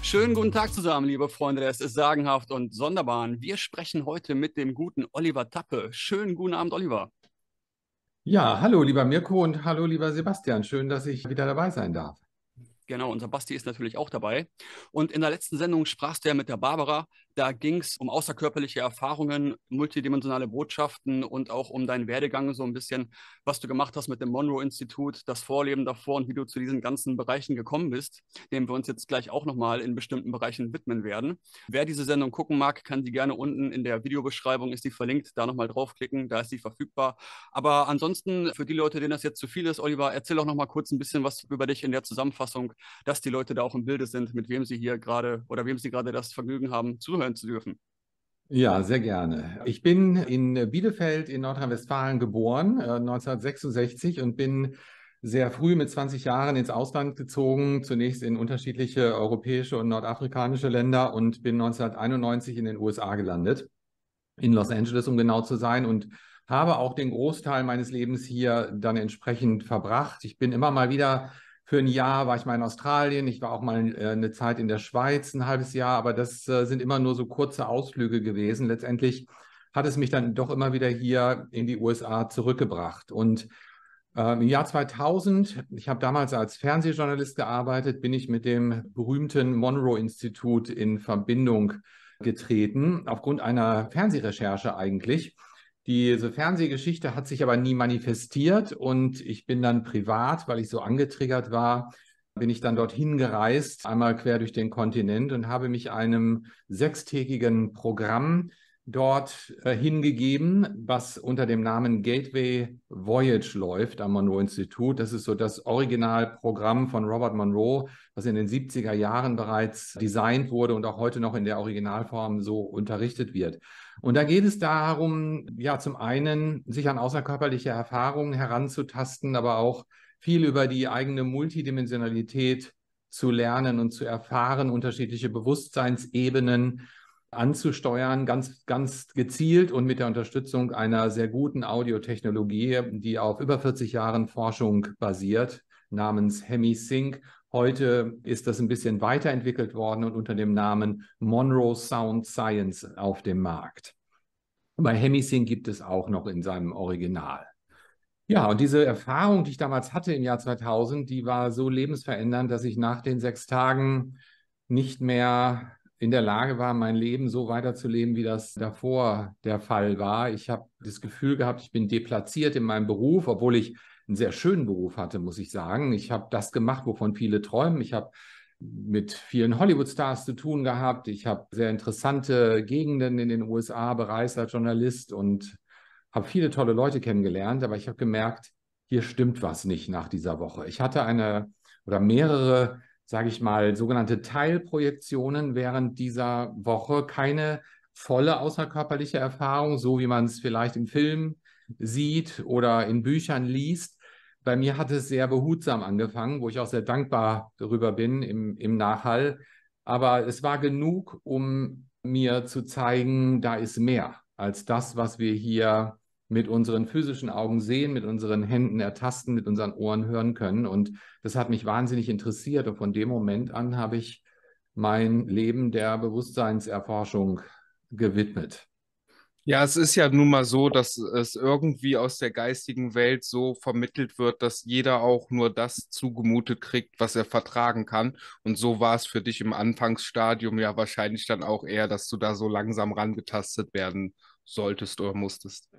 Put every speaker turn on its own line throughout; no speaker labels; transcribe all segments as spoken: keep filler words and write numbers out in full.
Schönen guten Tag zusammen, liebe Freunde. Es ist sagenhaft und sonderbar. Wir sprechen heute mit dem guten Oliver Tappe. Schönen guten Abend, Oliver.
Ja, hallo lieber Mirko und hallo lieber Sebastian. Schön, dass ich wieder dabei sein darf.
Genau, unser Basti ist natürlich auch dabei. Und in der letzten Sendung sprachst du ja mit der Barbara. Da ging es um außerkörperliche Erfahrungen, multidimensionale Botschaften und auch um deinen Werdegang, so ein bisschen, was du gemacht hast mit dem Monroe-Institut, das Vorleben davor und wie du zu diesen ganzen Bereichen gekommen bist, dem wir uns jetzt gleich auch nochmal in bestimmten Bereichen widmen werden. Wer diese Sendung gucken mag, kann die gerne unten in der Videobeschreibung, ist die verlinkt, da nochmal draufklicken, da ist sie verfügbar. Aber ansonsten, für die Leute, denen das jetzt zu viel ist, Oliver, erzähl auch nochmal kurz ein bisschen was über dich in der Zusammenfassung, dass die Leute da auch im Bilde sind, mit wem sie hier gerade oder wem sie gerade das Vergnügen haben, zuhören zu dürfen.
Ja, sehr gerne. Ich bin in Bielefeld in Nordrhein-Westfalen geboren, äh, neunzehnhundertsechsundsechzig und bin sehr früh mit zwanzig Jahren ins Ausland gezogen, zunächst in unterschiedliche europäische und nordafrikanische Länder und bin neunzehnhunderteinundneunzig in den U S A gelandet, in Los Angeles, um genau zu sein, und habe auch den Großteil meines Lebens hier dann entsprechend verbracht. Ich bin immer mal wieder für ein Jahr, war ich mal in Australien, ich war auch mal äh, eine Zeit in der Schweiz, ein halbes Jahr, aber das äh, sind immer nur so kurze Ausflüge gewesen. Letztendlich hat es mich dann doch immer wieder hier in die U S A zurückgebracht. Und äh, im Jahr zweitausend, ich habe damals als Fernsehjournalist gearbeitet, bin ich mit dem berühmten Monroe-Institut in Verbindung getreten, aufgrund einer Fernsehrecherche eigentlich. Diese Fernsehgeschichte hat sich aber nie manifestiert und ich bin dann privat, weil ich so angetriggert war, bin ich dann dorthin gereist, einmal quer durch den Kontinent und habe mich einem sechstägigen Programm dort äh, hingegeben, was unter dem Namen Gateway Voyage läuft am Monroe-Institut. Das ist so das Originalprogramm von Robert Monroe, was in den siebziger Jahren bereits designt wurde und auch heute noch in der Originalform so unterrichtet wird. Und da geht es darum, ja, zum einen sich an außerkörperliche Erfahrungen heranzutasten, aber auch viel über die eigene Multidimensionalität zu lernen und zu erfahren, unterschiedliche Bewusstseinsebenen anzusteuern, ganz, ganz gezielt und mit der Unterstützung einer sehr guten Audiotechnologie, die auf über vierzig Jahren Forschung basiert, namens HemiSync. Heute ist das ein bisschen weiterentwickelt worden und unter dem Namen Monroe Sound Science auf dem Markt. Bei HemiSync gibt es auch noch in seinem Original. Ja, und diese Erfahrung, die ich damals hatte im Jahr zweitausend, die war so lebensverändernd, dass ich nach den sechs Tagen nicht mehr in der Lage war, mein Leben so weiterzuleben, wie das davor der Fall war. Ich habe das Gefühl gehabt, ich bin deplatziert in meinem Beruf, obwohl ich einen sehr schönen Beruf hatte, muss ich sagen. Ich habe das gemacht, wovon viele träumen. Ich habe mit vielen Hollywood-Stars zu tun gehabt. Ich habe sehr interessante Gegenden in den U S A bereist als Journalist und habe viele tolle Leute kennengelernt, aber ich habe gemerkt, hier stimmt was nicht nach dieser Woche. Ich hatte eine oder mehrere, sage ich mal, sogenannte Teilprojektionen während dieser Woche, keine volle außerkörperliche Erfahrung, so wie man es vielleicht im Film sieht oder in Büchern liest. Bei mir hat es sehr behutsam angefangen, wo ich auch sehr dankbar darüber bin im, im Nachhall. Aber es war genug, um mir zu zeigen, da ist mehr als das, was wir hier mit unseren physischen Augen sehen, mit unseren Händen ertasten, mit unseren Ohren hören können. Und das hat mich wahnsinnig interessiert. Und von dem Moment an habe ich mein Leben der Bewusstseinserforschung gewidmet.
Ja, es ist ja nun mal so, dass es irgendwie aus der geistigen Welt so vermittelt wird, dass jeder auch nur das zugemutet kriegt, was er vertragen kann. Und so war es für dich im Anfangsstadium ja wahrscheinlich dann auch eher, dass du da so langsam rangetastet werden solltest oder musstest.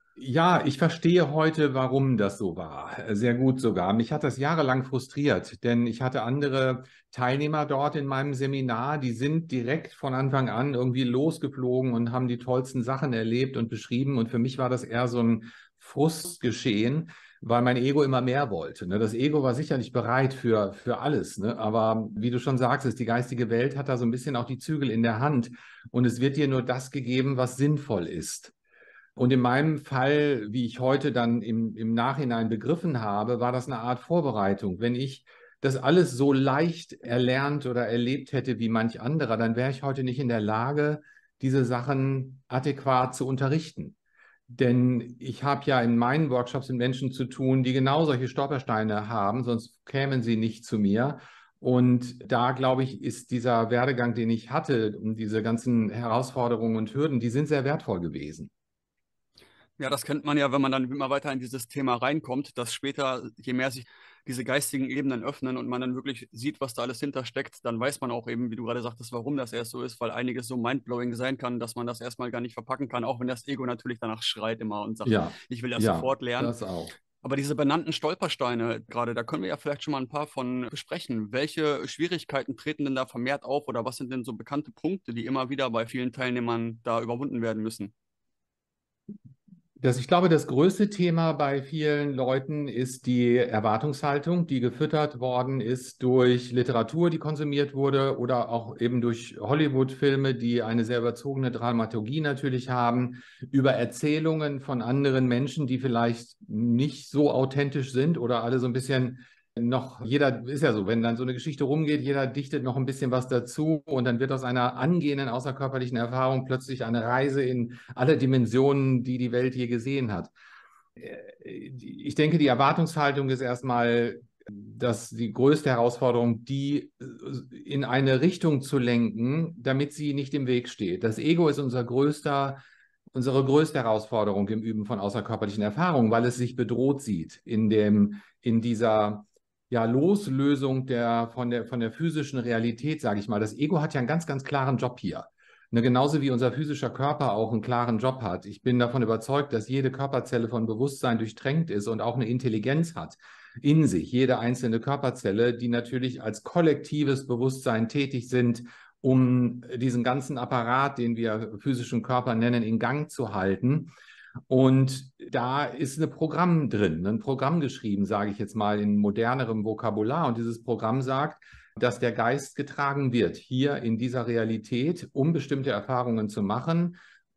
Ja, ich verstehe heute, warum das so war. Sehr gut sogar. Mich hat das jahrelang frustriert, denn ich hatte andere Teilnehmer dort in meinem Seminar, die sind direkt von Anfang an irgendwie losgeflogen und haben die tollsten Sachen erlebt und beschrieben. Und für mich war das eher so ein Frustgeschehen, weil mein Ego immer mehr wollte. Ne? Das Ego war sicherlich bereit für, für alles. Ne? Aber wie du schon sagst, die geistige Welt hat da so ein bisschen auch die Zügel in der Hand. Und es wird dir nur das gegeben, was sinnvoll ist. Und in meinem Fall, wie ich heute dann im, im Nachhinein begriffen habe, war das eine Art Vorbereitung. Wenn ich das alles so leicht erlernt oder erlebt hätte wie manch anderer, dann wäre ich heute nicht in der Lage, diese Sachen adäquat zu unterrichten. Denn ich habe ja in meinen Workshops mit Menschen zu tun, die genau solche Stolpersteine haben, sonst kämen sie nicht zu mir. Und da, glaube ich, ist dieser Werdegang, den ich hatte, und diese ganzen Herausforderungen und Hürden, die sind sehr wertvoll gewesen.
Ja, das kennt man ja, wenn man dann immer weiter in dieses Thema reinkommt, dass später, je mehr sich diese geistigen Ebenen öffnen und man dann wirklich sieht, was da alles hintersteckt, dann weiß man auch eben, wie du gerade sagtest, warum das erst so ist, weil einiges so mindblowing sein kann, dass man das erstmal gar nicht verpacken kann, auch wenn das Ego natürlich danach schreit immer und sagt,
Ja,
ich will das
ja,
sofort lernen.
das auch.
Aber diese benannten Stolpersteine gerade, da können wir ja vielleicht schon mal ein paar von besprechen. Welche Schwierigkeiten treten denn da vermehrt auf oder was sind denn so bekannte Punkte, die immer wieder bei vielen Teilnehmern da überwunden werden müssen?
Das, ich glaube, das größte Thema bei vielen Leuten ist die Erwartungshaltung, die gefüttert worden ist durch Literatur, die konsumiert wurde, oder auch eben durch Hollywood-Filme, die eine sehr überzogene Dramaturgie natürlich haben, über Erzählungen von anderen Menschen, die vielleicht nicht so authentisch sind oder alle so ein bisschen noch, jeder ist ja so, wenn dann so eine Geschichte rumgeht, jeder dichtet noch ein bisschen was dazu und dann wird aus einer angehenden außerkörperlichen Erfahrung plötzlich eine Reise in alle Dimensionen, die die Welt je gesehen hat. Ich denke, die Erwartungshaltung ist erstmal, dass die größte Herausforderung, die in eine Richtung zu lenken, damit sie nicht im Weg steht. Das Ego ist unser größter, unsere größte Herausforderung im Üben von außerkörperlichen Erfahrungen, weil es sich bedroht sieht in dem, in dieser ja, Loslösung der, von der, von der physischen Realität, sage ich mal. Das Ego hat ja einen ganz, ganz klaren Job hier. Ne, genauso wie unser physischer Körper auch einen klaren Job hat. Ich bin davon überzeugt, dass jede Körperzelle von Bewusstsein durchtränkt ist und auch eine Intelligenz hat in sich, jede einzelne Körperzelle, die natürlich als kollektives Bewusstsein tätig sind, um diesen ganzen Apparat, den wir physischen Körper nennen, in Gang zu halten. Und da ist ein Programm drin, ein Programm geschrieben, sage ich jetzt mal in modernerem Vokabular. Und dieses Programm sagt, dass der Geist getragen wird, hier in dieser Realität, um bestimmte Erfahrungen zu machen,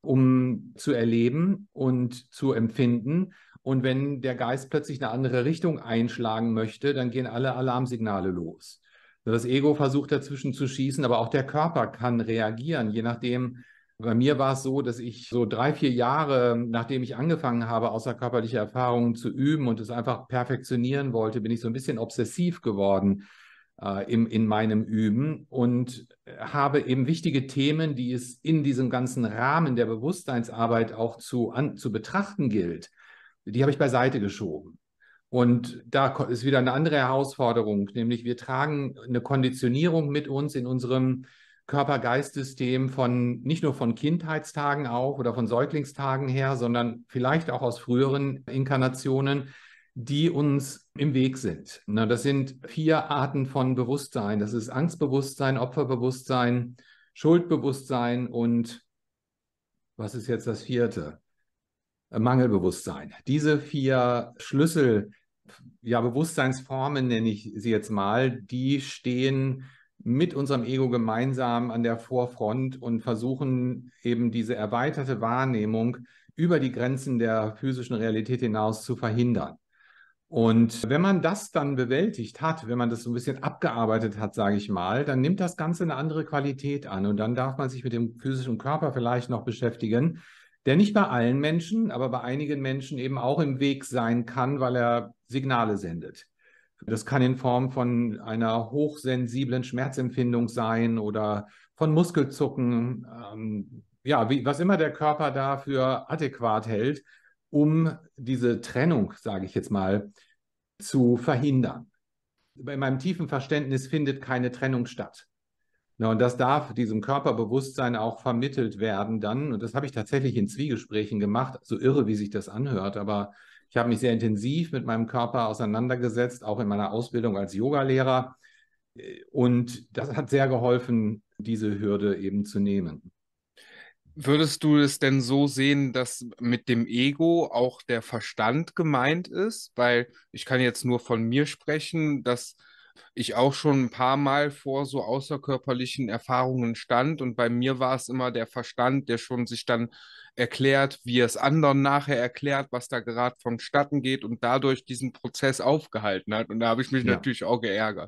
um zu erleben und zu empfinden. Und wenn der Geist plötzlich eine andere Richtung einschlagen möchte, dann gehen alle Alarmsignale los. Das Ego versucht dazwischen zu schießen, aber auch der Körper kann reagieren, je nachdem. Bei mir war es so, dass ich so drei, vier Jahre, nachdem ich angefangen habe, außerkörperliche Erfahrungen zu üben und es einfach perfektionieren wollte, bin ich so ein bisschen obsessiv geworden äh, im, in meinem Üben und habe eben wichtige Themen, die es in diesem ganzen Rahmen der Bewusstseinsarbeit auch zu, an, zu betrachten gilt, die habe ich beiseite geschoben. Und da ist wieder eine andere Herausforderung, nämlich wir tragen eine Konditionierung mit uns in unserem Körper-Geist-System von nicht nur von Kindheitstagen auch oder von Säuglingstagen her, sondern vielleicht auch aus früheren Inkarnationen, die uns im Weg sind. Na, das sind vier Arten von Bewusstsein. Das ist Angstbewusstsein, Opferbewusstsein, Schuldbewusstsein und was ist jetzt das vierte? Mangelbewusstsein. Diese vier Schlüssel, ja, Bewusstseinsformen nenne ich sie jetzt mal, die stehen mit unserem Ego gemeinsam an der Vorfront und versuchen eben diese erweiterte Wahrnehmung über die Grenzen der physischen Realität hinaus zu verhindern. Und wenn man das dann bewältigt hat, wenn man das so ein bisschen abgearbeitet hat, sage ich mal, dann nimmt das Ganze eine andere Qualität an und dann darf man sich mit dem physischen Körper vielleicht noch beschäftigen, der nicht bei allen Menschen, aber bei einigen Menschen eben auch im Weg sein kann, weil er Signale sendet. Das kann in Form von einer hochsensiblen Schmerzempfindung sein oder von Muskelzucken, ähm, ja, wie, was immer der Körper da für adäquat hält, um diese Trennung, sage ich jetzt mal, zu verhindern. Bei meinem tiefen Verständnis findet keine Trennung statt. Na, und das darf diesem Körperbewusstsein auch vermittelt werden dann. Und das habe ich tatsächlich in Zwiegesprächen gemacht, so irre, wie sich das anhört. Aber ich habe mich sehr intensiv mit meinem Körper auseinandergesetzt, auch in meiner Ausbildung als Yogalehrer. Und das hat sehr geholfen, diese Hürde eben zu nehmen.
Würdest du es denn so sehen, dass mit dem Ego auch der Verstand gemeint ist? Weil ich kann jetzt nur von mir sprechen, dass ich auch schon ein paar Mal vor so außerkörperlichen Erfahrungen stand und bei mir war es immer der Verstand, der schon sich dann erklärt, wie er es anderen nachher erklärt, was da gerade vonstatten geht und dadurch diesen Prozess aufgehalten hat. Und da habe ich mich
Ja.
natürlich auch geärgert.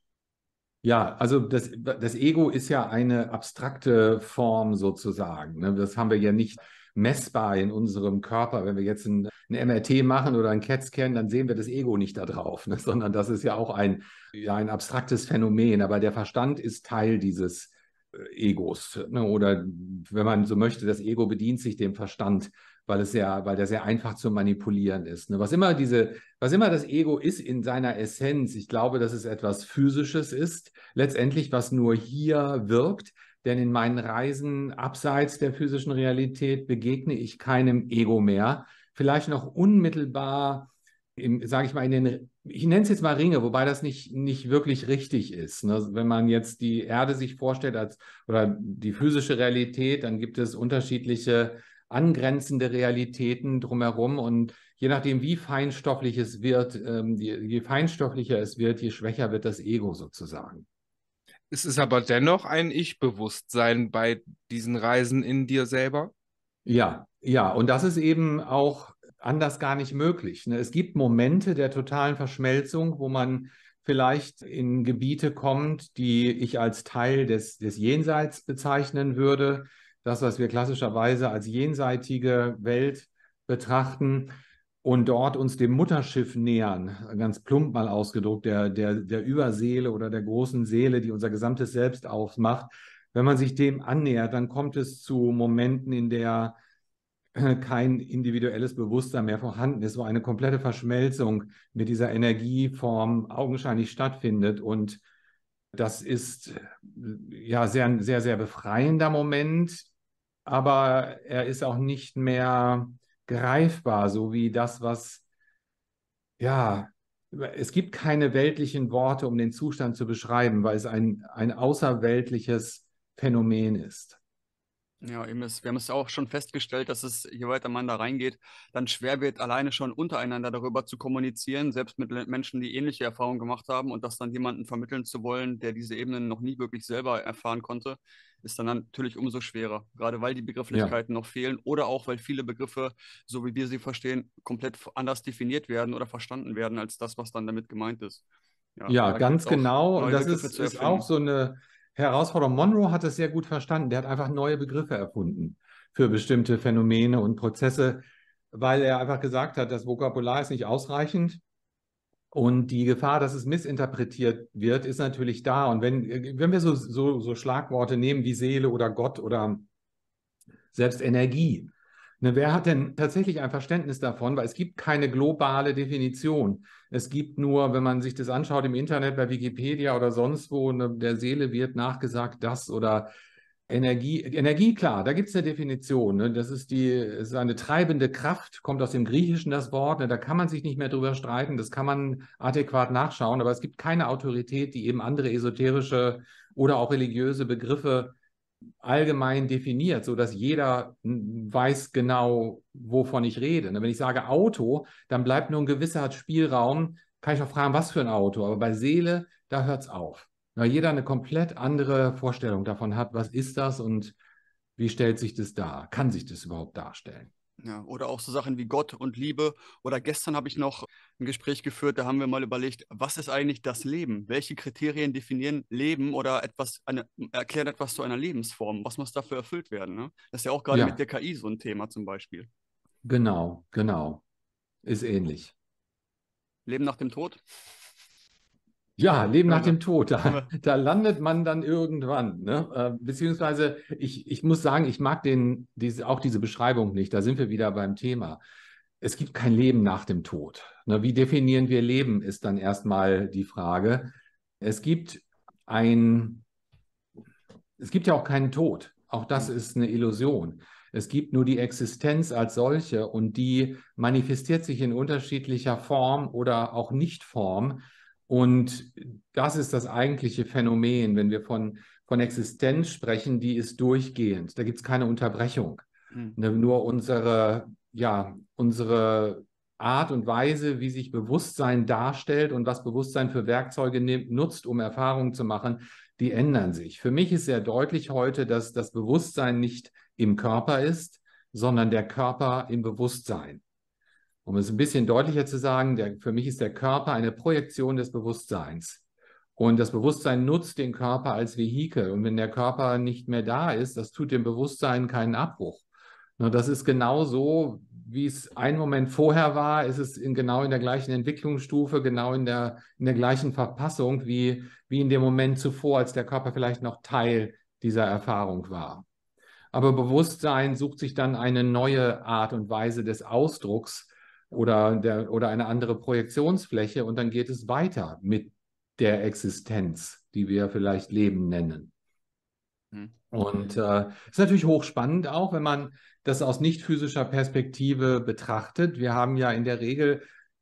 Ja, also das, das Ego ist ja eine abstrakte Form sozusagen. Ne? Das haben wir ja nicht messbar in unserem Körper. Wenn wir jetzt ein, ein M R T machen oder ein CAT-Scan, dann sehen wir das Ego nicht da drauf, ne? Sondern das ist ja auch ein, ja, ein abstraktes Phänomen. Aber der Verstand ist Teil dieses äh, Egos, ne? Oder wenn man so möchte, das Ego bedient sich dem Verstand, weil es sehr, weil der sehr einfach zu manipulieren ist. Ne? Was immer diese, was immer das Ego ist in seiner Essenz, ich glaube, dass es etwas Physisches ist, letztendlich, was nur hier wirkt. Denn in meinen Reisen abseits der physischen Realität begegne ich keinem Ego mehr. Vielleicht noch unmittelbar, sage ich mal, in den, ich nenne es jetzt mal Ringe, wobei das nicht, nicht wirklich richtig ist. Ne? Wenn man jetzt die Erde sich vorstellt als, oder die physische Realität, dann gibt es unterschiedliche angrenzende Realitäten drumherum und je nachdem, wie feinstofflich es wird, ähm, je, je feinstofflicher es wird, je schwächer wird das Ego sozusagen.
Es ist aber dennoch ein Ich-Bewusstsein bei diesen Reisen in dir selber.
Ja, ja, und das ist eben auch anders gar nicht möglich. Ne? Es gibt Momente der totalen Verschmelzung, wo man vielleicht in Gebiete kommt, die ich als Teil des, des Jenseits bezeichnen würde. Das, was wir klassischerweise als jenseitige Welt betrachten und dort uns dem Mutterschiff nähern, ganz plump mal ausgedrückt, der, der, der Überseele oder der großen Seele, die unser gesamtes Selbst ausmacht. Wenn man sich dem annähert, dann kommt es zu Momenten, in der kein individuelles Bewusstsein mehr vorhanden ist, wo eine komplette Verschmelzung mit dieser Energieform augenscheinlich stattfindet. Und das ist ja sehr, sehr, sehr befreiender Moment, aber er ist auch nicht mehr greifbar, so wie das, was, ja, es gibt keine weltlichen Worte, um den Zustand zu beschreiben, weil es ein, ein außerweltliches Phänomen ist.
Ja, eben ist, wir haben es auch schon festgestellt, dass es, je weiter man da reingeht, dann schwer wird, alleine schon untereinander darüber zu kommunizieren, selbst mit Menschen, die ähnliche Erfahrungen gemacht haben und das dann jemanden vermitteln zu wollen, der diese Ebenen noch nie wirklich selber erfahren konnte, ist dann natürlich umso schwerer, gerade weil die Begrifflichkeiten
Ja.
noch fehlen oder auch, weil viele Begriffe, so wie wir sie verstehen, komplett anders definiert werden oder verstanden werden als das, was dann damit gemeint ist. Ja,
Ja,
da gilt
ganz
es auch,
genau. Und
neue
das
Begriffe
ist,
zu
ist auch
erfinden.
so eine Herausforderung. Monroe hat es sehr gut verstanden. Der hat einfach neue Begriffe erfunden für bestimmte Phänomene und Prozesse, weil er einfach gesagt hat, das Vokabular ist nicht ausreichend. Und die Gefahr, dass es missinterpretiert wird, ist natürlich da. Und wenn, wenn wir so, so, so Schlagworte nehmen wie Seele oder Gott oder selbst Energie, ne, wer hat denn tatsächlich ein Verständnis davon? Weil es gibt keine globale Definition. Es gibt nur, wenn man sich das anschaut im Internet, bei Wikipedia oder sonst wo, ne, der Seele wird nachgesagt, das oder Energie. Energie, klar, da gibt es eine Definition. Ne? Das ist die, es ist eine treibende Kraft, kommt aus dem Griechischen das Wort. Ne? Da kann man sich nicht mehr drüber streiten, das kann man adäquat nachschauen, aber es gibt keine Autorität, die eben andere esoterische oder auch religiöse Begriffe allgemein definiert, sodass jeder weiß genau, wovon ich rede. Wenn ich sage Auto, dann bleibt nur ein gewisser Spielraum. Kann ich auch fragen, was für ein Auto? Aber bei Seele, da hört es auf. Weil jeder eine komplett andere Vorstellung davon hat, was ist das und wie stellt sich das dar? Kann sich das überhaupt darstellen?
Ja, oder auch so Sachen wie Gott und Liebe. Oder gestern habe ich noch ein Gespräch geführt, da haben wir mal überlegt, was ist eigentlich das Leben? Welche Kriterien definieren Leben oder etwas, eine, erklären etwas zu einer Lebensform? Was muss dafür erfüllt werden? Ne? Das ist ja auch gerade mit
Ja,
der K I so ein Thema zum Beispiel.
genau, genau. Ist ähnlich.
Leben nach dem Tod?
Ja, Leben
Ja,
nach
da
dem Tod,
haben
da,
wir.
da landet man dann irgendwann. Ne? Äh, beziehungsweise, ich, ich muss sagen, ich mag den, diese, auch diese Beschreibung nicht. Da sind wir wieder beim Thema. Es gibt kein Leben nach dem Tod. Ne? Wie definieren wir Leben, ist dann erstmal die Frage. Es gibt ein, es gibt ja auch keinen Tod. Auch das
Hm.
ist eine Illusion. Es gibt nur die Existenz als solche und die manifestiert sich in unterschiedlicher Form oder auch Nichtform. Und das ist das eigentliche Phänomen, wenn wir von, von Existenz sprechen, die ist durchgehend. Da gibt es keine Unterbrechung.
Hm.
Ne, nur unsere, ja, unsere Art und Weise, wie sich Bewusstsein darstellt und was Bewusstsein für Werkzeuge nimmt, nutzt, um Erfahrungen zu machen, die ändern sich. Für mich ist sehr deutlich heute, dass das Bewusstsein nicht im Körper ist, sondern der Körper im Bewusstsein. Um es ein bisschen deutlicher zu sagen, der, für mich ist der Körper eine Projektion des Bewusstseins. Und das Bewusstsein nutzt den Körper als Vehikel. Und wenn der Körper nicht mehr da ist, das tut dem Bewusstsein keinen Abbruch. Na, das ist genau so, wie es einen Moment vorher war, ist es in, genau in der gleichen Entwicklungsstufe, genau in der, in der gleichen Verfassung wie, wie in dem Moment zuvor, als der Körper vielleicht noch Teil dieser Erfahrung war. Aber Bewusstsein sucht sich dann eine neue Art und Weise des Ausdrucks oder, der, oder eine andere Projektionsfläche und dann geht es weiter mit der Existenz, die wir vielleicht Leben nennen.
Hm.
Und äh, ist natürlich hochspannend auch, wenn man das aus nicht physischer Perspektive betrachtet. Wir haben ja in der Regel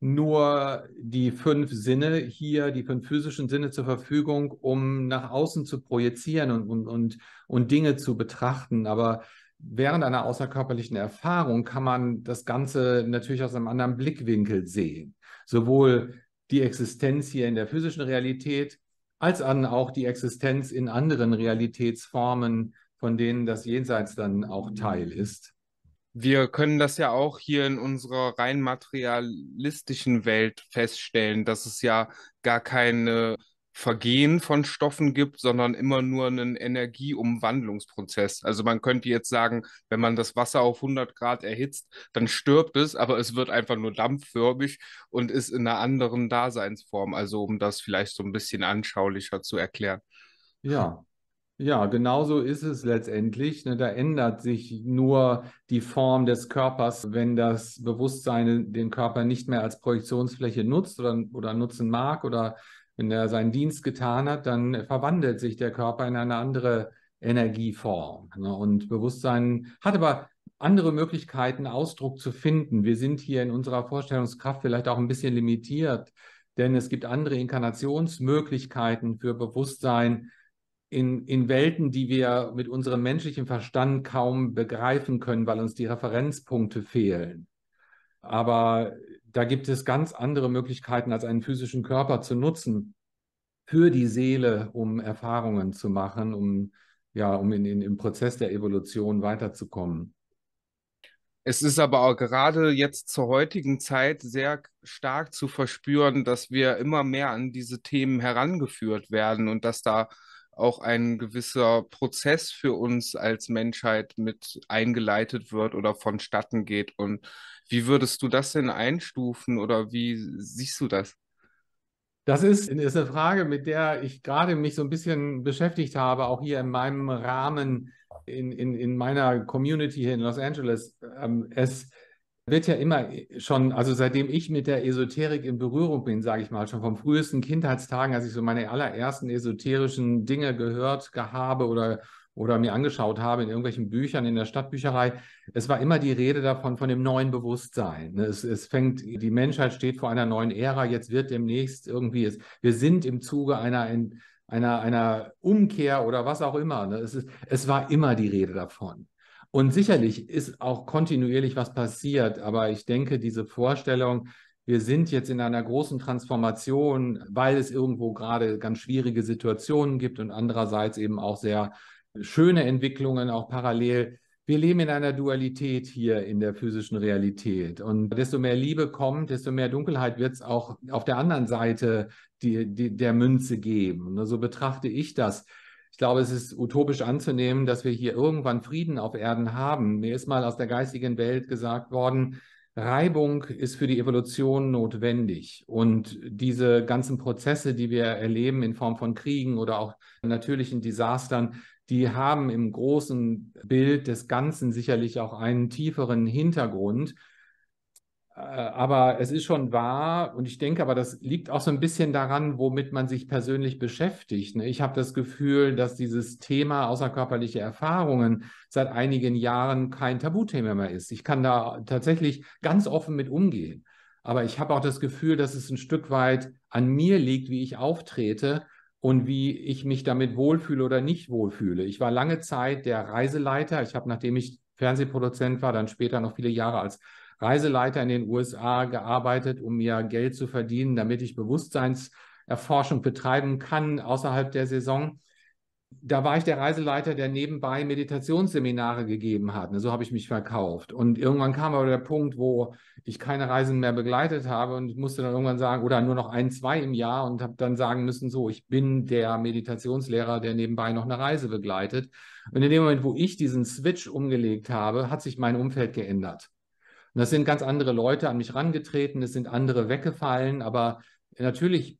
nur die fünf Sinne hier, die fünf physischen Sinne zur Verfügung, um nach außen zu projizieren und, und, und, und Dinge zu betrachten. Aber während einer außerkörperlichen Erfahrung kann man das Ganze natürlich aus einem anderen Blickwinkel sehen. Sowohl die Existenz hier in der physischen Realität, als an auch die Existenz in anderen Realitätsformen, von denen das Jenseits dann auch Teil ist.
Wir können das ja auch hier in unserer rein materialistischen Welt feststellen, dass es ja gar keine Vergehen von Stoffen gibt, sondern immer nur einen Energieumwandlungsprozess. Also man könnte jetzt sagen, wenn man das Wasser auf hundert Grad erhitzt, dann stirbt es, aber es wird einfach nur dampfförmig und ist in einer anderen Daseinsform. Also um das vielleicht so ein bisschen anschaulicher zu erklären.
Ja, ja, genau so ist es letztendlich. Ne, da ändert sich nur die Form des Körpers, wenn das Bewusstsein den Körper nicht mehr als Projektionsfläche nutzt oder, oder nutzen mag oder wenn er seinen Dienst getan hat, dann verwandelt sich der Körper in eine andere Energieform. Ne? Und Bewusstsein hat aber andere Möglichkeiten, Ausdruck zu finden. Wir sind hier in unserer Vorstellungskraft vielleicht auch ein bisschen limitiert, denn es gibt andere Inkarnationsmöglichkeiten für Bewusstsein, in, in Welten, die wir mit unserem menschlichen Verstand kaum begreifen können, weil uns die Referenzpunkte fehlen. Aber da gibt es ganz andere Möglichkeiten, als einen physischen Körper zu nutzen für die Seele, um Erfahrungen zu machen, um, ja, um in, in, im Prozess der Evolution weiterzukommen.
Es ist aber auch gerade jetzt zur heutigen Zeit sehr stark zu verspüren, dass wir immer mehr an diese Themen herangeführt werden und dass da auch ein gewisser Prozess für uns als Menschheit mit eingeleitet wird oder vonstatten geht. Und wie würdest du das denn einstufen oder wie siehst du das?
Das ist, ist eine Frage, mit der ich gerade mich so ein bisschen beschäftigt habe, auch hier in meinem Rahmen, in, in, in meiner Community hier in Los Angeles. Ähm, es wird ja immer schon, also seitdem ich mit der Esoterik in Berührung bin, sage ich mal, schon vom frühesten Kindheitstagen, als ich so meine allerersten esoterischen Dinge gehört habe oder, oder mir angeschaut habe in irgendwelchen Büchern in der Stadtbücherei, es war immer die Rede davon, von dem neuen Bewusstsein. Es, es fängt, die Menschheit steht vor einer neuen Ära, jetzt wird demnächst irgendwie, es, wir sind im Zuge einer, einer, einer Umkehr oder was auch immer. Es, ist, es war immer die Rede davon. Und sicherlich ist auch kontinuierlich was passiert, aber ich denke, diese Vorstellung, wir sind jetzt in einer großen Transformation, weil es irgendwo gerade ganz schwierige Situationen gibt und andererseits eben auch sehr schöne Entwicklungen auch parallel. Wir leben in einer Dualität hier in der physischen Realität. Und desto mehr Liebe kommt, desto mehr Dunkelheit wird es auch auf der anderen Seite die, die, der Münze geben. Und so betrachte ich das. Ich glaube, es ist utopisch anzunehmen, dass wir hier irgendwann Frieden auf Erden haben. Mir ist mal aus der geistigen Welt gesagt worden, Reibung ist für die Evolution notwendig. Und diese ganzen Prozesse, die wir erleben in Form von Kriegen oder auch natürlichen Desastern, die haben im großen Bild des Ganzen sicherlich auch einen tieferen Hintergrund. Aber es ist schon wahr und ich denke aber, das liegt auch so ein bisschen daran, womit man sich persönlich beschäftigt. Ich habe das Gefühl, dass dieses Thema außerkörperliche Erfahrungen seit einigen Jahren kein Tabuthema mehr ist. Ich kann da tatsächlich ganz offen mit umgehen. Aber ich habe auch das Gefühl, dass es ein Stück weit an mir liegt, wie ich auftrete und wie ich mich damit wohlfühle oder nicht wohlfühle. Ich war lange Zeit der Reiseleiter. Ich habe, nachdem ich Fernsehproduzent war, dann später noch viele Jahre als Reiseleiter in den U S A gearbeitet, um mir Geld zu verdienen, damit ich Bewusstseinserforschung betreiben kann außerhalb der Saison. Da war ich der Reiseleiter, der nebenbei Meditationsseminare gegeben hat. So habe ich mich verkauft. Und irgendwann kam aber der Punkt, wo ich keine Reisen mehr begleitet habe und ich musste dann irgendwann sagen, oder nur noch ein, zwei im Jahr und habe dann sagen müssen, so, ich bin der Meditationslehrer, der nebenbei noch eine Reise begleitet. Und in dem Moment, wo ich diesen Switch umgelegt habe, hat sich mein Umfeld geändert. Und das sind ganz andere Leute an mich rangetreten, es sind andere weggefallen, aber natürlich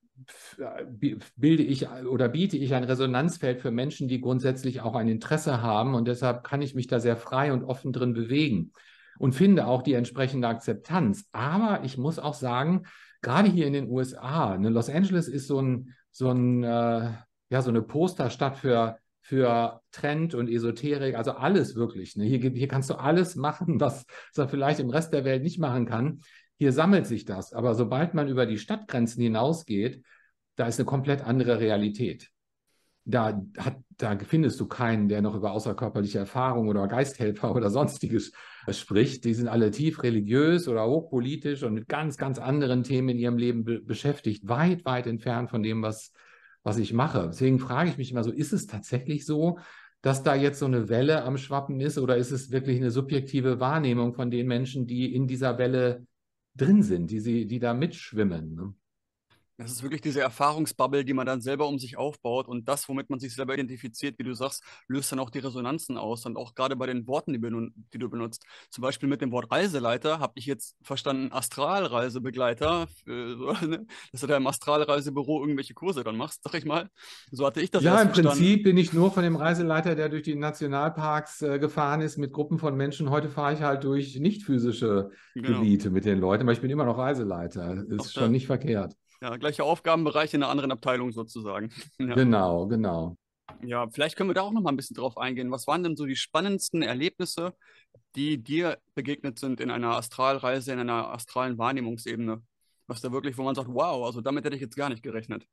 bilde ich oder biete ich ein Resonanzfeld für Menschen, die grundsätzlich auch ein Interesse haben und deshalb kann ich mich da sehr frei und offen drin bewegen und finde auch die entsprechende Akzeptanz. Aber ich muss auch sagen, gerade hier in den U S A, ne, Los Angeles ist so ein, so ein, äh, ja, so eine Posterstadt für für Trend und Esoterik, also alles wirklich. Ne? Hier, hier kannst du alles machen, was, was er vielleicht im Rest der Welt nicht machen kann. Hier sammelt sich das. Aber sobald man über die Stadtgrenzen hinausgeht, da ist eine komplett andere Realität. Da, hat, da findest du keinen, der noch über außerkörperliche Erfahrung oder Geisthelfer oder sonstiges spricht. Die sind alle tief religiös oder hochpolitisch und mit ganz, ganz anderen Themen in ihrem Leben be beschäftigt. Weit, weit entfernt von dem, was was ich mache. Deswegen frage ich mich immer so, ist es tatsächlich so, dass da jetzt so eine Welle am Schwappen ist oder ist es wirklich eine subjektive Wahrnehmung von den Menschen, die in dieser Welle drin sind, die, sie, die da mitschwimmen? Ne?
Das ist wirklich diese Erfahrungsbubble, die man dann selber um sich aufbaut und das, womit man sich selber identifiziert, wie du sagst, löst dann auch die Resonanzen aus und auch gerade bei den Worten, die, die du benutzt. Zum Beispiel mit dem Wort Reiseleiter habe ich jetzt verstanden, Astralreisebegleiter, für, so, ne? Dass du da im Astralreisebüro irgendwelche Kurse dann machst, sag ich mal. So hatte ich das
ja,
erst
im
verstanden.
Prinzip bin ich nur von dem Reiseleiter, der durch die Nationalparks äh, gefahren ist mit Gruppen von Menschen. Heute fahre ich halt durch nicht physische
Genau.
Gebiete mit den Leuten, aber ich bin immer noch Reiseleiter. Ist
Auch
schon
da,
nicht verkehrt.
ja, gleicher Aufgabenbereich in einer anderen Abteilung sozusagen. Ja.
Genau, genau.
Ja, vielleicht können wir da auch noch mal ein bisschen drauf eingehen. Was waren denn so die spannendsten Erlebnisse, die dir begegnet sind in einer Astralreise, in einer astralen Wahrnehmungsebene? Was da wirklich, wo man sagt, wow, also damit hätte ich jetzt gar nicht gerechnet.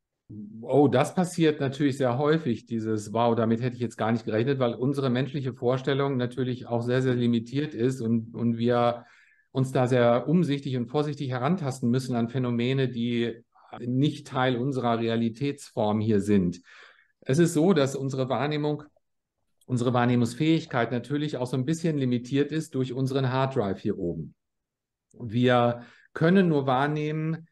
Oh, das passiert natürlich sehr häufig, dieses Wow, damit hätte ich jetzt gar nicht gerechnet, weil unsere menschliche Vorstellung natürlich auch sehr, sehr limitiert ist und, und wir uns da sehr umsichtig und vorsichtig herantasten müssen an Phänomene, die nicht Teil unserer Realitätsform hier sind. Es ist so, dass unsere Wahrnehmung, unsere Wahrnehmungsfähigkeit natürlich auch so ein bisschen limitiert ist durch unseren Harddrive hier oben. Wir können nur wahrnehmen,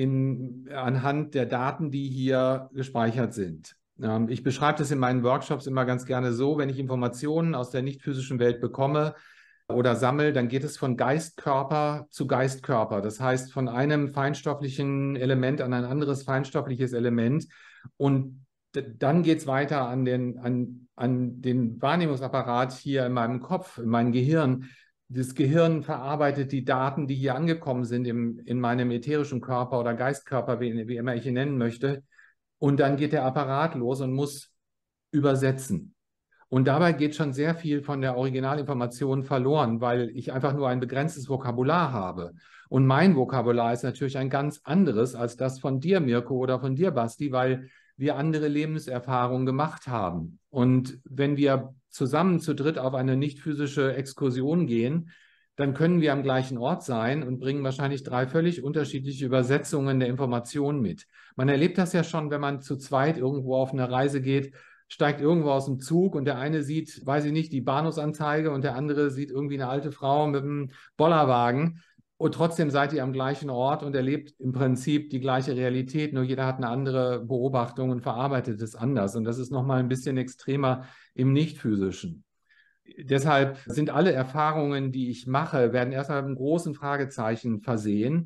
in, anhand der Daten, die hier gespeichert sind. Ähm, ich beschreibe das in meinen Workshops immer ganz gerne so, wenn ich Informationen aus der nicht physischen Welt bekomme oder sammle, dann geht es von Geistkörper zu Geistkörper. Das heißt, von einem feinstofflichen Element an ein anderes feinstoffliches Element. Und dann geht es weiter an den, an, an den Wahrnehmungsapparat hier in meinem Kopf, in meinem Gehirn. Das Gehirn verarbeitet die Daten, die hier angekommen sind im, in meinem ätherischen Körper oder Geistkörper, wie, wie immer ich ihn nennen möchte. Und dann geht der Apparat los und muss übersetzen. Und dabei geht schon sehr viel von der Originalinformation verloren, weil ich einfach nur ein begrenztes Vokabular habe. Und mein Vokabular ist natürlich ein ganz anderes als das von dir, Mirko, oder von dir, Basti, weil wir andere Lebenserfahrungen gemacht haben. Und wenn wir zusammen zu dritt auf eine nicht physische Exkursion gehen, dann können wir am gleichen Ort sein und bringen wahrscheinlich drei völlig unterschiedliche Übersetzungen der Informationen mit. Man erlebt das ja schon, wenn man zu zweit irgendwo auf eine Reise geht, steigt irgendwo aus dem Zug und der eine sieht, weiß ich nicht, die Bahnhofsanzeige und der andere sieht irgendwie eine alte Frau mit einem Bollerwagen. Und trotzdem seid ihr am gleichen Ort und erlebt im Prinzip die gleiche Realität, nur jeder hat eine andere Beobachtung und verarbeitet es anders. Und das ist nochmal ein bisschen extremer im Nicht-Physischen. Deshalb sind alle Erfahrungen, die ich mache, werden erstmal mit einem großen Fragezeichen versehen.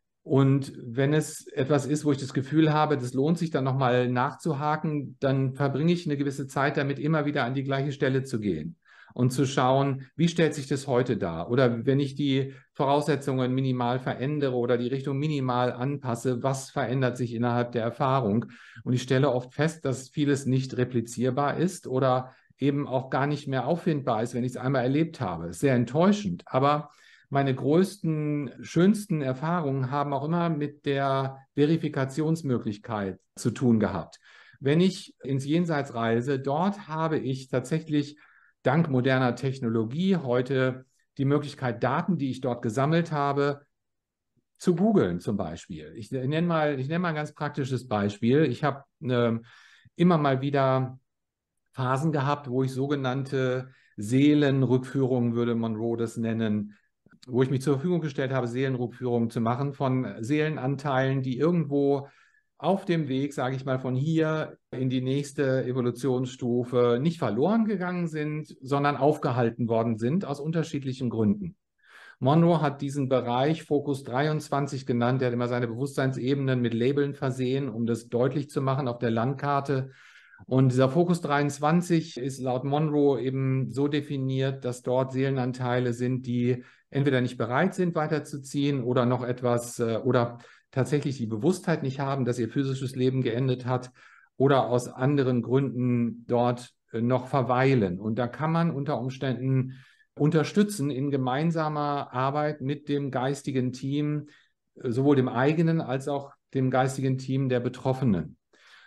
Und wenn es etwas ist, wo ich das Gefühl habe, das lohnt sich dann nochmal nachzuhaken, dann verbringe ich eine gewisse Zeit damit, immer wieder an die gleiche Stelle zu gehen und zu schauen, wie stellt sich das heute dar? Oder wenn ich die Voraussetzungen minimal verändere oder die Richtung minimal anpasse, was verändert sich innerhalb der Erfahrung? Und ich stelle oft fest, dass vieles nicht replizierbar ist oder eben auch gar nicht mehr auffindbar ist, wenn ich es einmal erlebt habe. Ist sehr enttäuschend, aber meine größten, schönsten Erfahrungen haben auch immer mit der Verifikationsmöglichkeit zu tun gehabt. Wenn ich ins Jenseits reise, dort habe ich tatsächlich dank moderner Technologie heute die Möglichkeit, Daten, die ich dort gesammelt habe, zu googeln zum Beispiel. Ich nenne mal, ich nenne mal ein ganz praktisches Beispiel. Ich habe äh, immer mal wieder Phasen gehabt, wo ich sogenannte Seelenrückführungen, würde Monroe das nennen, wo ich mich zur Verfügung gestellt habe, Seelenrückführungen zu machen von Seelenanteilen, die irgendwo auf dem Weg, sage ich mal, von hier in die nächste Evolutionsstufe nicht verloren gegangen sind, sondern aufgehalten worden sind aus unterschiedlichen Gründen. Monroe hat diesen Bereich Fokus dreiundzwanzig genannt. Er hat immer seine Bewusstseinsebenen mit Labeln versehen, um das deutlich zu machen auf der Landkarte. Und dieser Fokus dreiundzwanzig ist laut Monroe eben so definiert, dass dort Seelenanteile sind, die entweder nicht bereit sind, weiterzuziehen oder noch etwas oder tatsächlich die Bewusstheit nicht haben, dass ihr physisches Leben geendet hat oder aus anderen Gründen dort noch verweilen. Und da kann man unter Umständen unterstützen in gemeinsamer Arbeit mit dem geistigen Team, sowohl dem eigenen als auch dem geistigen Team der Betroffenen.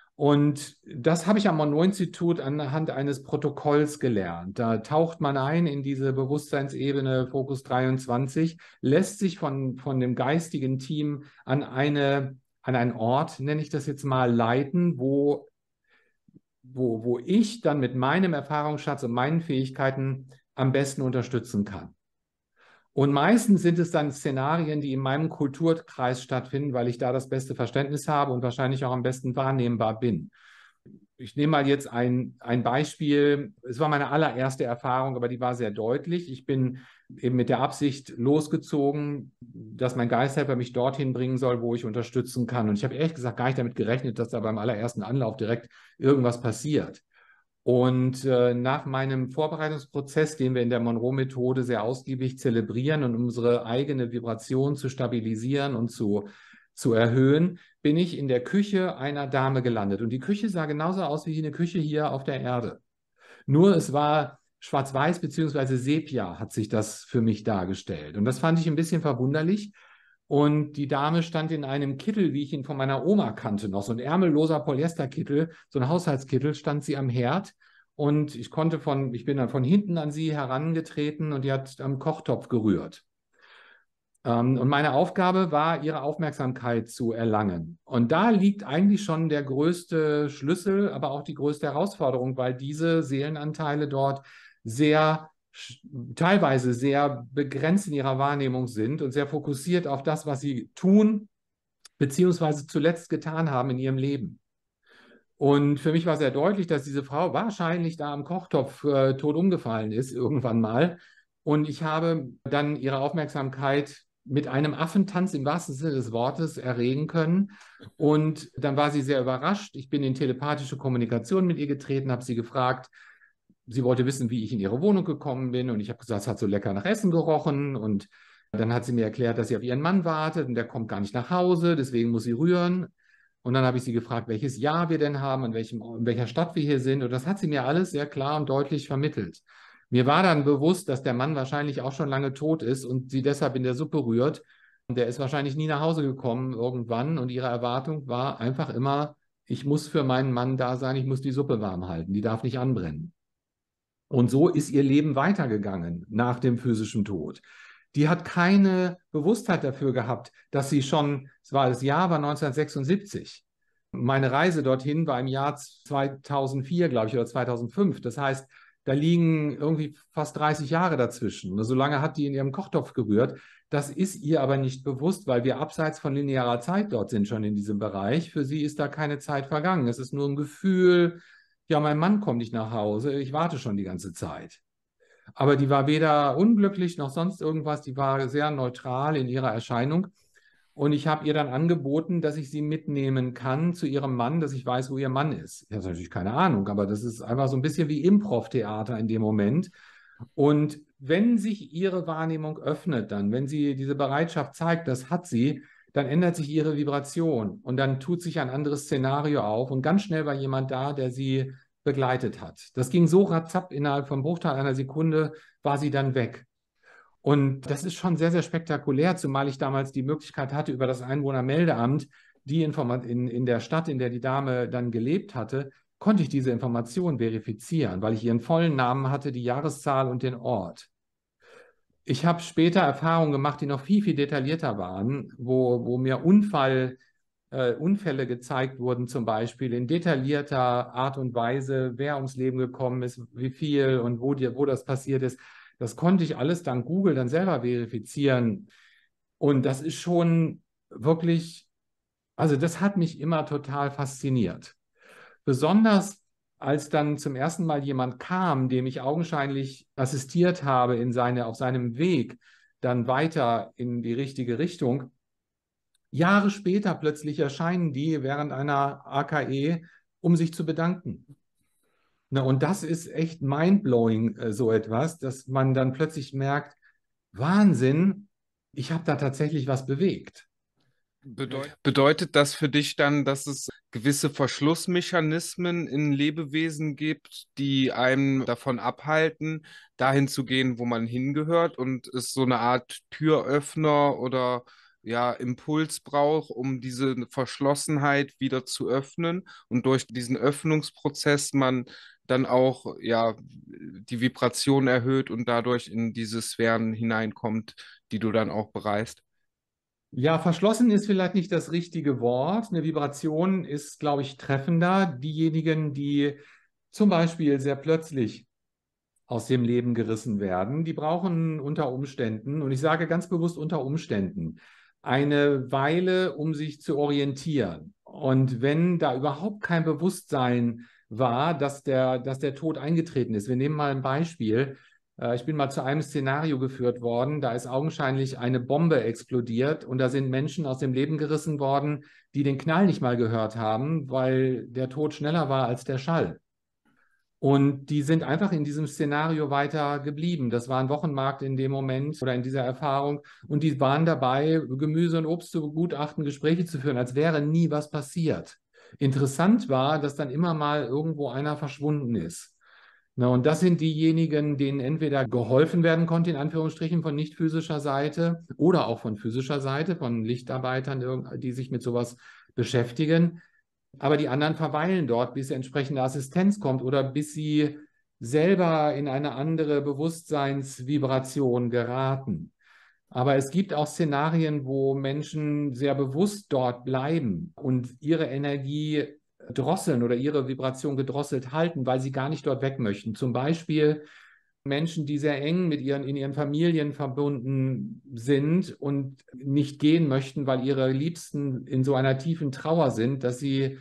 Und das habe ich am Monroe-Institut anhand eines Protokolls gelernt. Da taucht man ein in diese Bewusstseinsebene Fokus dreiundzwanzig, lässt sich von, von dem geistigen Team an, eine, an einen Ort, nenne ich das jetzt mal, leiten, wo, wo, wo ich dann mit meinem Erfahrungsschatz und meinen Fähigkeiten am besten unterstützen kann. Und meistens sind es dann Szenarien, die in meinem Kulturkreis stattfinden, weil ich da das beste Verständnis habe und wahrscheinlich auch am besten wahrnehmbar bin. Ich nehme mal jetzt ein, ein Beispiel. Es war meine allererste Erfahrung, aber die war sehr deutlich. Ich bin eben mit der Absicht losgezogen, dass mein Geisthelfer mich dorthin bringen soll, wo ich unterstützen kann. Und ich habe ehrlich gesagt gar nicht damit gerechnet, dass da beim allerersten Anlauf direkt irgendwas passiert. Und äh, nach meinem Vorbereitungsprozess, den wir in der Monroe-Methode sehr ausgiebig zelebrieren und unsere eigene Vibration zu stabilisieren und zu, zu erhöhen, bin ich in der Küche einer Dame gelandet. Und die Küche sah genauso aus wie eine Küche hier auf der Erde. Nur es war schwarz-weiß bzw. Sepia hat sich das für mich dargestellt. Und das fand ich ein bisschen verwunderlich. Und die Dame stand in einem Kittel, wie ich ihn von meiner Oma kannte, noch so ein ärmelloser Polyesterkittel, so ein Haushaltskittel, stand sie am Herd. Und ich konnte von, ich bin dann von hinten an sie herangetreten und die hat am Kochtopf gerührt. Ähm, und meine Aufgabe war, ihre Aufmerksamkeit zu erlangen. Und da liegt eigentlich schon der größte Schlüssel, aber auch die größte Herausforderung, weil diese Seelenanteile dort sehr teilweise sehr begrenzt in ihrer Wahrnehmung sind und sehr fokussiert auf das, was sie tun, beziehungsweise zuletzt getan haben in ihrem Leben. Und für mich war sehr deutlich, dass diese Frau wahrscheinlich da am Kochtopf äh, tot umgefallen ist, irgendwann mal. Und ich habe dann ihre Aufmerksamkeit mit einem Affentanz im wahrsten Sinne des Wortes erregen können. Und dann war sie sehr überrascht. Ich bin in telepathische Kommunikation mit ihr getreten, habe sie gefragt, sie wollte wissen, wie ich in ihre Wohnung gekommen bin. Und ich habe gesagt, es hat so lecker nach Essen gerochen. Und dann hat sie mir erklärt, dass sie auf ihren Mann wartet und der kommt gar nicht nach Hause, deswegen muss sie rühren. Und dann habe ich sie gefragt, welches Jahr wir denn haben, in, welchem, in welcher Stadt wir hier sind. Und das hat sie mir alles sehr klar und deutlich vermittelt. Mir war dann bewusst, dass der Mann wahrscheinlich auch schon lange tot ist und sie deshalb in der Suppe rührt. Und der ist wahrscheinlich nie nach Hause gekommen irgendwann. Und ihre Erwartung war einfach immer, ich muss für meinen Mann da sein, ich muss die Suppe warm halten, die darf nicht anbrennen. Und so ist ihr Leben weitergegangen nach dem physischen Tod. Die hat keine Bewusstheit dafür gehabt, dass sie schon, es war das Jahr war neunzehnhundertsechsundsiebzig. Meine Reise dorthin war im Jahr zweitausendvier, glaube ich, oder zweitausendfünf. Das heißt, da liegen irgendwie fast dreißig Jahre dazwischen. So lange hat die in ihrem Kochtopf gerührt. Das ist ihr aber nicht bewusst, weil wir abseits von linearer Zeit dort sind, schon in diesem Bereich. Für sie ist da keine Zeit vergangen. Es ist nur ein Gefühl, ja, mein Mann kommt nicht nach Hause, ich warte schon die ganze Zeit. Aber die war weder unglücklich noch sonst irgendwas, die war sehr neutral in ihrer Erscheinung. Und ich habe ihr dann angeboten, dass ich sie mitnehmen kann zu ihrem Mann, dass ich weiß, wo ihr Mann ist. Ich habe natürlich keine Ahnung, aber das ist einfach so ein bisschen wie Improv-Theater in dem Moment. Und wenn sich ihre Wahrnehmung öffnet dann, wenn sie diese Bereitschaft zeigt, das hat sie, dann ändert sich ihre Vibration und dann tut sich ein anderes Szenario auf und ganz schnell war jemand da, der sie begleitet hat. Das ging so ratzap, innerhalb von Bruchteil einer Sekunde war sie dann weg. Und das ist schon sehr, sehr spektakulär, zumal ich damals die Möglichkeit hatte, über das Einwohnermeldeamt, die Informa- in, in der Stadt, in der die Dame dann gelebt hatte, konnte ich diese Information verifizieren, weil ich ihren vollen Namen hatte, die Jahreszahl und den Ort. Ich habe später Erfahrungen gemacht, die noch viel, viel detaillierter waren, wo, wo mir Unfall, äh, äh, Unfälle gezeigt wurden, zum Beispiel in detaillierter Art und Weise, wer ums Leben gekommen ist, wie viel und wo, die, wo das passiert ist. Das konnte ich alles dank Google dann selber verifizieren. Und das ist schon wirklich, also das hat mich immer total fasziniert. Besonders als dann zum ersten Mal jemand kam, dem ich augenscheinlich assistiert habe in seine, auf seinem Weg, dann weiter in die richtige Richtung. Jahre später plötzlich erscheinen die während einer A K E, um sich zu bedanken. Na, und das ist echt mindblowing, äh, so etwas, dass man dann plötzlich merkt, Wahnsinn, ich habe da tatsächlich was bewegt.
Bedeut bedeutet das für dich dann, dass es gewisse Verschlussmechanismen in Lebewesen gibt, die einem davon abhalten, dahin zu gehen, wo man hingehört und es so eine Art Türöffner oder ja, Impuls braucht, um diese Verschlossenheit wieder zu öffnen und durch diesen Öffnungsprozess man dann auch ja die Vibration erhöht und dadurch in diese Sphären hineinkommt, die du dann auch bereist?
Ja, verschlossen ist vielleicht nicht das richtige Wort. Eine Vibration ist, glaube ich, treffender. Diejenigen, die zum Beispiel sehr plötzlich aus dem Leben gerissen werden, die brauchen unter Umständen, und ich sage ganz bewusst unter Umständen, eine Weile, um sich zu orientieren. Und wenn da überhaupt kein Bewusstsein war, dass der, dass der Tod eingetreten ist. Wir nehmen mal ein Beispiel. Ich bin mal zu einem Szenario geführt worden, da ist augenscheinlich eine Bombe explodiert und da sind Menschen aus dem Leben gerissen worden, die den Knall nicht mal gehört haben, weil der Tod schneller war als der Schall. Und die sind einfach in diesem Szenario weiter geblieben. Das war ein Wochenmarkt in dem Moment oder in dieser Erfahrung. Und die waren dabei, Gemüse und Obst zu begutachten, Gespräche zu führen, als wäre nie was passiert. Interessant war, dass dann immer mal irgendwo einer verschwunden ist. Na, und das sind diejenigen, denen entweder geholfen werden konnte, in Anführungsstrichen, von nicht physischer Seite oder auch von physischer Seite, von Lichtarbeitern, die sich mit sowas beschäftigen. Aber die anderen verweilen dort, bis entsprechende Assistenz kommt oder bis sie selber in eine andere Bewusstseinsvibration geraten. Aber es gibt auch Szenarien, wo Menschen sehr bewusst dort bleiben und ihre Energie drosseln oder ihre Vibration gedrosselt halten, weil sie gar nicht dort weg möchten. Zum Beispiel Menschen, die sehr eng mit ihren, in ihren Familien verbunden sind und nicht gehen möchten, weil ihre Liebsten in so einer tiefen Trauer sind, dass sie,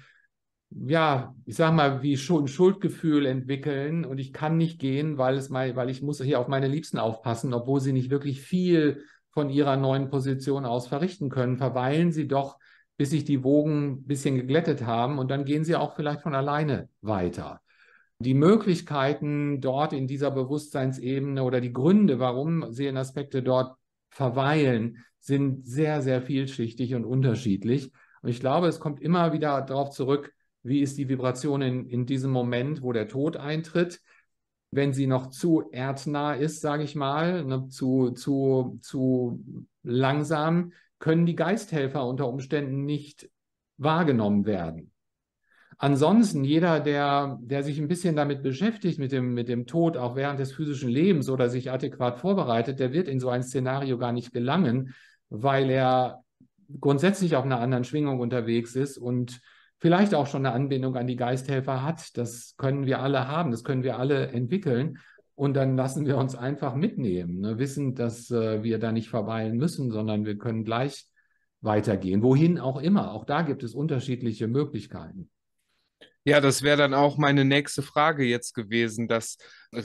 ja, ich sag mal, wie ein Schuldgefühl entwickeln und ich kann nicht gehen, weil es mal, weil ich muss hier auf meine Liebsten aufpassen, obwohl sie nicht wirklich viel von ihrer neuen Position aus verrichten können, verweilen sie doch, bis sich die Wogen ein bisschen geglättet haben und dann gehen sie auch vielleicht von alleine weiter. Die Möglichkeiten dort in dieser Bewusstseinsebene oder die Gründe, warum Seelenaspekte dort verweilen, sind sehr, sehr vielschichtig und unterschiedlich. Und ich glaube, es kommt immer wieder darauf zurück, wie ist die Vibration in, in diesem Moment, wo der Tod eintritt. Wenn sie noch zu erdnah ist, sage ich mal, ne, zu, zu, zu langsam, können die Geisthelfer unter Umständen nicht wahrgenommen werden. Ansonsten, jeder, der, der sich ein bisschen damit beschäftigt, mit dem, mit dem Tod, auch während des physischen Lebens oder sich adäquat vorbereitet, der wird in so ein Szenario gar nicht gelangen, weil er grundsätzlich auf einer anderen Schwingung unterwegs ist und vielleicht auch schon eine Anbindung an die Geisthelfer hat. Das können wir alle haben, das können wir alle entwickeln. Und dann lassen wir uns einfach mitnehmen, ne? Wissen, dass äh, wir da nicht verweilen müssen, sondern wir können gleich weitergehen. Wohin auch immer. Auch da gibt es unterschiedliche Möglichkeiten.
Ja, das wäre dann auch meine nächste Frage jetzt gewesen. Das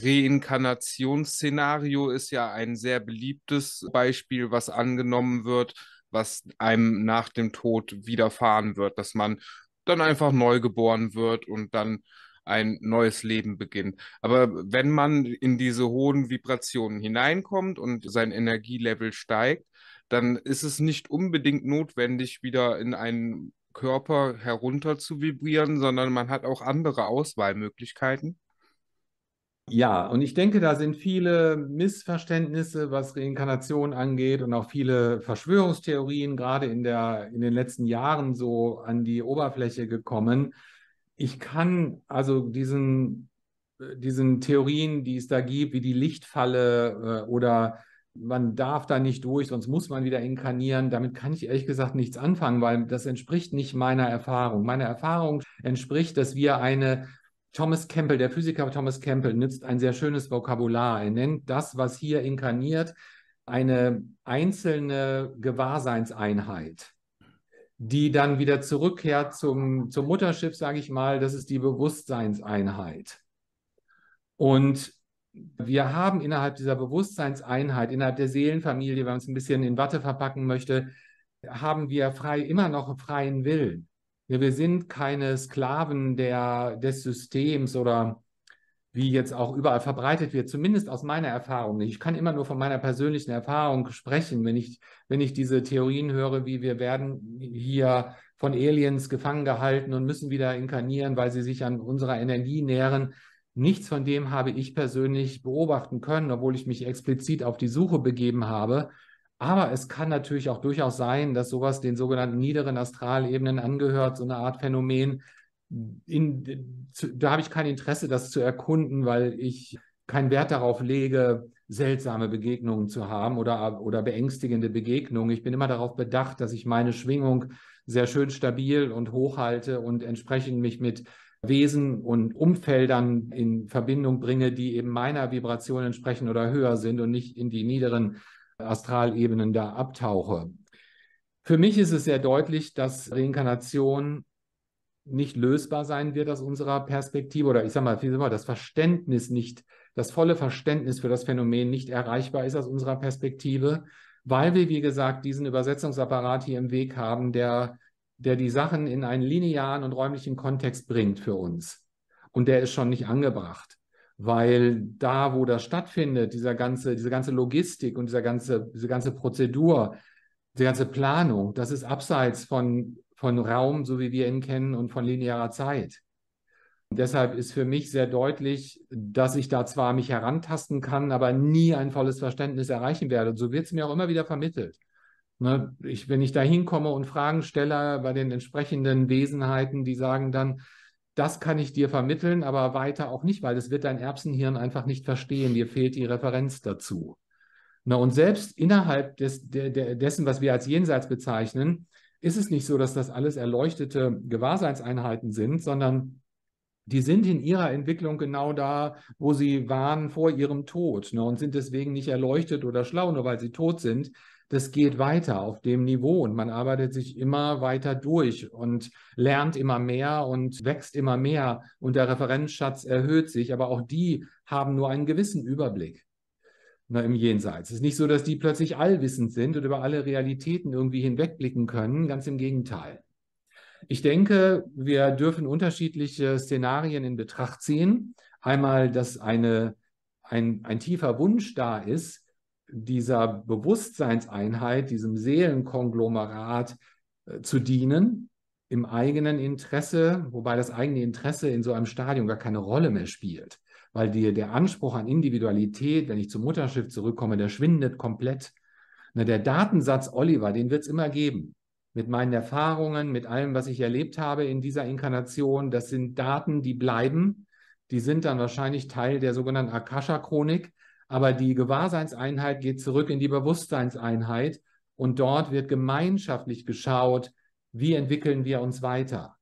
Reinkarnationsszenario ist ja ein sehr beliebtes Beispiel, was angenommen wird, was einem nach dem Tod widerfahren wird, dass man dann einfach neu geboren wird und dann ein neues Leben beginnt. Aber wenn man in diese hohen Vibrationen hineinkommt und sein Energielevel steigt, dann ist es nicht unbedingt notwendig, wieder in einen Körper herunter zu vibrieren, sondern man hat auch andere Auswahlmöglichkeiten.
Ja, und ich denke, da sind viele Missverständnisse, was Reinkarnation angeht und auch viele Verschwörungstheorien gerade in der, in den letzten Jahren so an die Oberfläche gekommen. Ich kann also diesen, diesen Theorien, die es da gibt, wie die Lichtfalle äh, oder man darf da nicht durch, sonst muss man wieder inkarnieren. Damit kann ich ehrlich gesagt nichts anfangen, weil das entspricht nicht meiner Erfahrung. Meine Erfahrung entspricht, dass wir eine, Thomas Campbell, der Physiker Thomas Campbell, nützt ein sehr schönes Vokabular. Er nennt das, was hier inkarniert, eine einzelne Gewahrseinseinheit, die dann wieder zurückkehrt zum, zum Mutterschiff, sage ich mal. Das ist die Bewusstseinseinheit. Und wir haben innerhalb dieser Bewusstseinseinheit, innerhalb der Seelenfamilie, wenn man es ein bisschen in Watte verpacken möchte, haben wir frei, immer noch einen freien Willen. Wir, wir sind keine Sklaven der, des Systems oder wie jetzt auch überall verbreitet wird, zumindest aus meiner Erfahrung nicht. Ich kann immer nur von meiner persönlichen Erfahrung sprechen, wenn ich, wenn ich diese Theorien höre, wie wir werden hier von Aliens gefangen gehalten und müssen wieder inkarnieren, weil sie sich an unserer Energie nähren. Nichts von dem habe ich persönlich beobachten können, obwohl ich mich explizit auf die Suche begeben habe. Aber es kann natürlich auch durchaus sein, dass sowas den sogenannten niederen Astralebenen angehört, so eine Art Phänomen. In, zu, da habe ich kein Interesse, das zu erkunden, weil ich keinen Wert darauf lege, seltsame Begegnungen zu haben oder, oder beängstigende Begegnungen. Ich bin immer darauf bedacht, dass ich meine Schwingung sehr schön stabil und hoch halte und entsprechend mich mit Wesen und Umfeldern in Verbindung bringe, die eben meiner Vibration entsprechen oder höher sind und nicht in die niederen Astralebenen da abtauche. Für mich ist es sehr deutlich, dass Reinkarnation nicht lösbar sein wird aus unserer Perspektive oder ich sage mal, wie immer, das Verständnis nicht, das volle Verständnis für das Phänomen nicht erreichbar ist aus unserer Perspektive, weil wir, wie gesagt, diesen Übersetzungsapparat hier im Weg haben, der der die Sachen in einen linearen und räumlichen Kontext bringt für uns. Und der ist schon nicht angebracht, weil da, wo das stattfindet, dieser ganze, diese ganze Logistik und dieser ganze, diese ganze Prozedur, die ganze Planung, das ist abseits von, von Raum, so wie wir ihn kennen, und von linearer Zeit. Und deshalb ist für mich sehr deutlich, dass ich da zwar mich herantasten kann, aber nie ein volles Verständnis erreichen werde. Und so wird es mir auch immer wieder vermittelt. Ne, ich, wenn ich da hinkomme und Fragen stelle bei den entsprechenden Wesenheiten, die sagen dann, das kann ich dir vermitteln, aber weiter auch nicht, weil das wird dein Erbsenhirn einfach nicht verstehen. Dir fehlt die Referenz dazu. Na, und selbst innerhalb des, der, der, dessen, was wir als Jenseits bezeichnen, ist es nicht so, dass das alles erleuchtete Gewahrseinseinheiten sind, sondern die sind in ihrer Entwicklung genau da, wo sie waren vor ihrem Tod, ne, und sind deswegen nicht erleuchtet oder schlau, nur weil sie tot sind. Das geht weiter auf dem Niveau und man arbeitet sich immer weiter durch und lernt immer mehr und wächst immer mehr und der Referenzschatz erhöht sich, aber auch die haben nur einen gewissen Überblick, ne, im Jenseits. Es ist nicht so, dass die plötzlich allwissend sind und über alle Realitäten irgendwie hinwegblicken können, ganz im Gegenteil. Ich denke, wir dürfen unterschiedliche Szenarien in Betracht ziehen. Einmal, dass eine, ein, ein tiefer Wunsch da ist, dieser Bewusstseinseinheit, diesem Seelenkonglomerat äh, zu dienen, im eigenen Interesse, wobei das eigene Interesse in so einem Stadium gar keine Rolle mehr spielt, weil die, der Anspruch an Individualität, wenn ich zum Mutterschiff zurückkomme, der schwindet komplett. Na, der Datensatz Oliver, den wird es immer geben. Mit meinen Erfahrungen, mit allem, was ich erlebt habe in dieser Inkarnation, das sind Daten, die bleiben. Die sind dann wahrscheinlich Teil der sogenannten Akasha-Chronik. Aber die Gewahrseinseinheit geht zurück in die Bewusstseinseinheit und dort wird gemeinschaftlich geschaut, wie entwickeln wir uns weiter.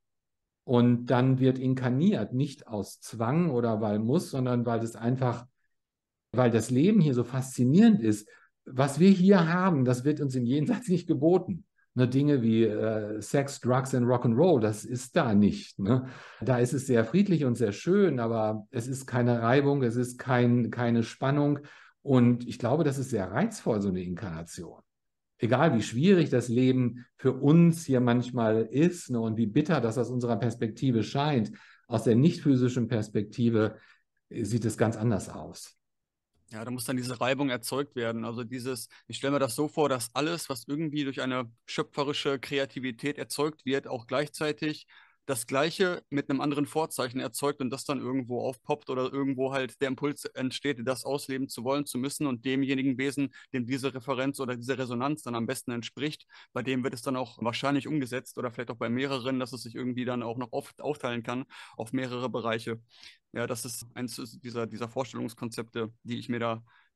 Und dann wird inkarniert, nicht aus Zwang oder weil muss, sondern weil das einfach, weil das Leben hier so faszinierend ist. Was wir hier haben, das wird uns im Jenseits nicht geboten. Ne, Dinge wie äh, Sex, Drugs und Rock'n'Roll, das ist da nicht. Ne? Da ist es sehr friedlich und sehr schön, aber es ist keine Reibung, es ist kein, keine Spannung. Und ich glaube, das ist sehr reizvoll, so eine Inkarnation. Egal wie schwierig das Leben für uns hier manchmal ist, ne, und wie bitter das aus unserer Perspektive scheint, aus der nicht physischen Perspektive sieht es ganz anders aus.
Ja, da muss dann diese Reibung erzeugt werden. Also dieses, ich stelle mir das so vor, dass alles, was irgendwie durch eine schöpferische Kreativität erzeugt wird, auch gleichzeitig das Gleiche mit einem anderen Vorzeichen erzeugt und das dann irgendwo aufpoppt oder irgendwo halt der Impuls entsteht, das ausleben zu wollen, zu müssen und demjenigen Wesen, dem diese Referenz oder diese Resonanz dann am besten entspricht, bei dem wird es dann auch wahrscheinlich umgesetzt oder vielleicht auch bei mehreren, dass es sich irgendwie dann auch noch oft aufteilen kann auf mehrere Bereiche. Ja, das ist eins dieser, dieser Vorstellungskonzepte, die ich mir da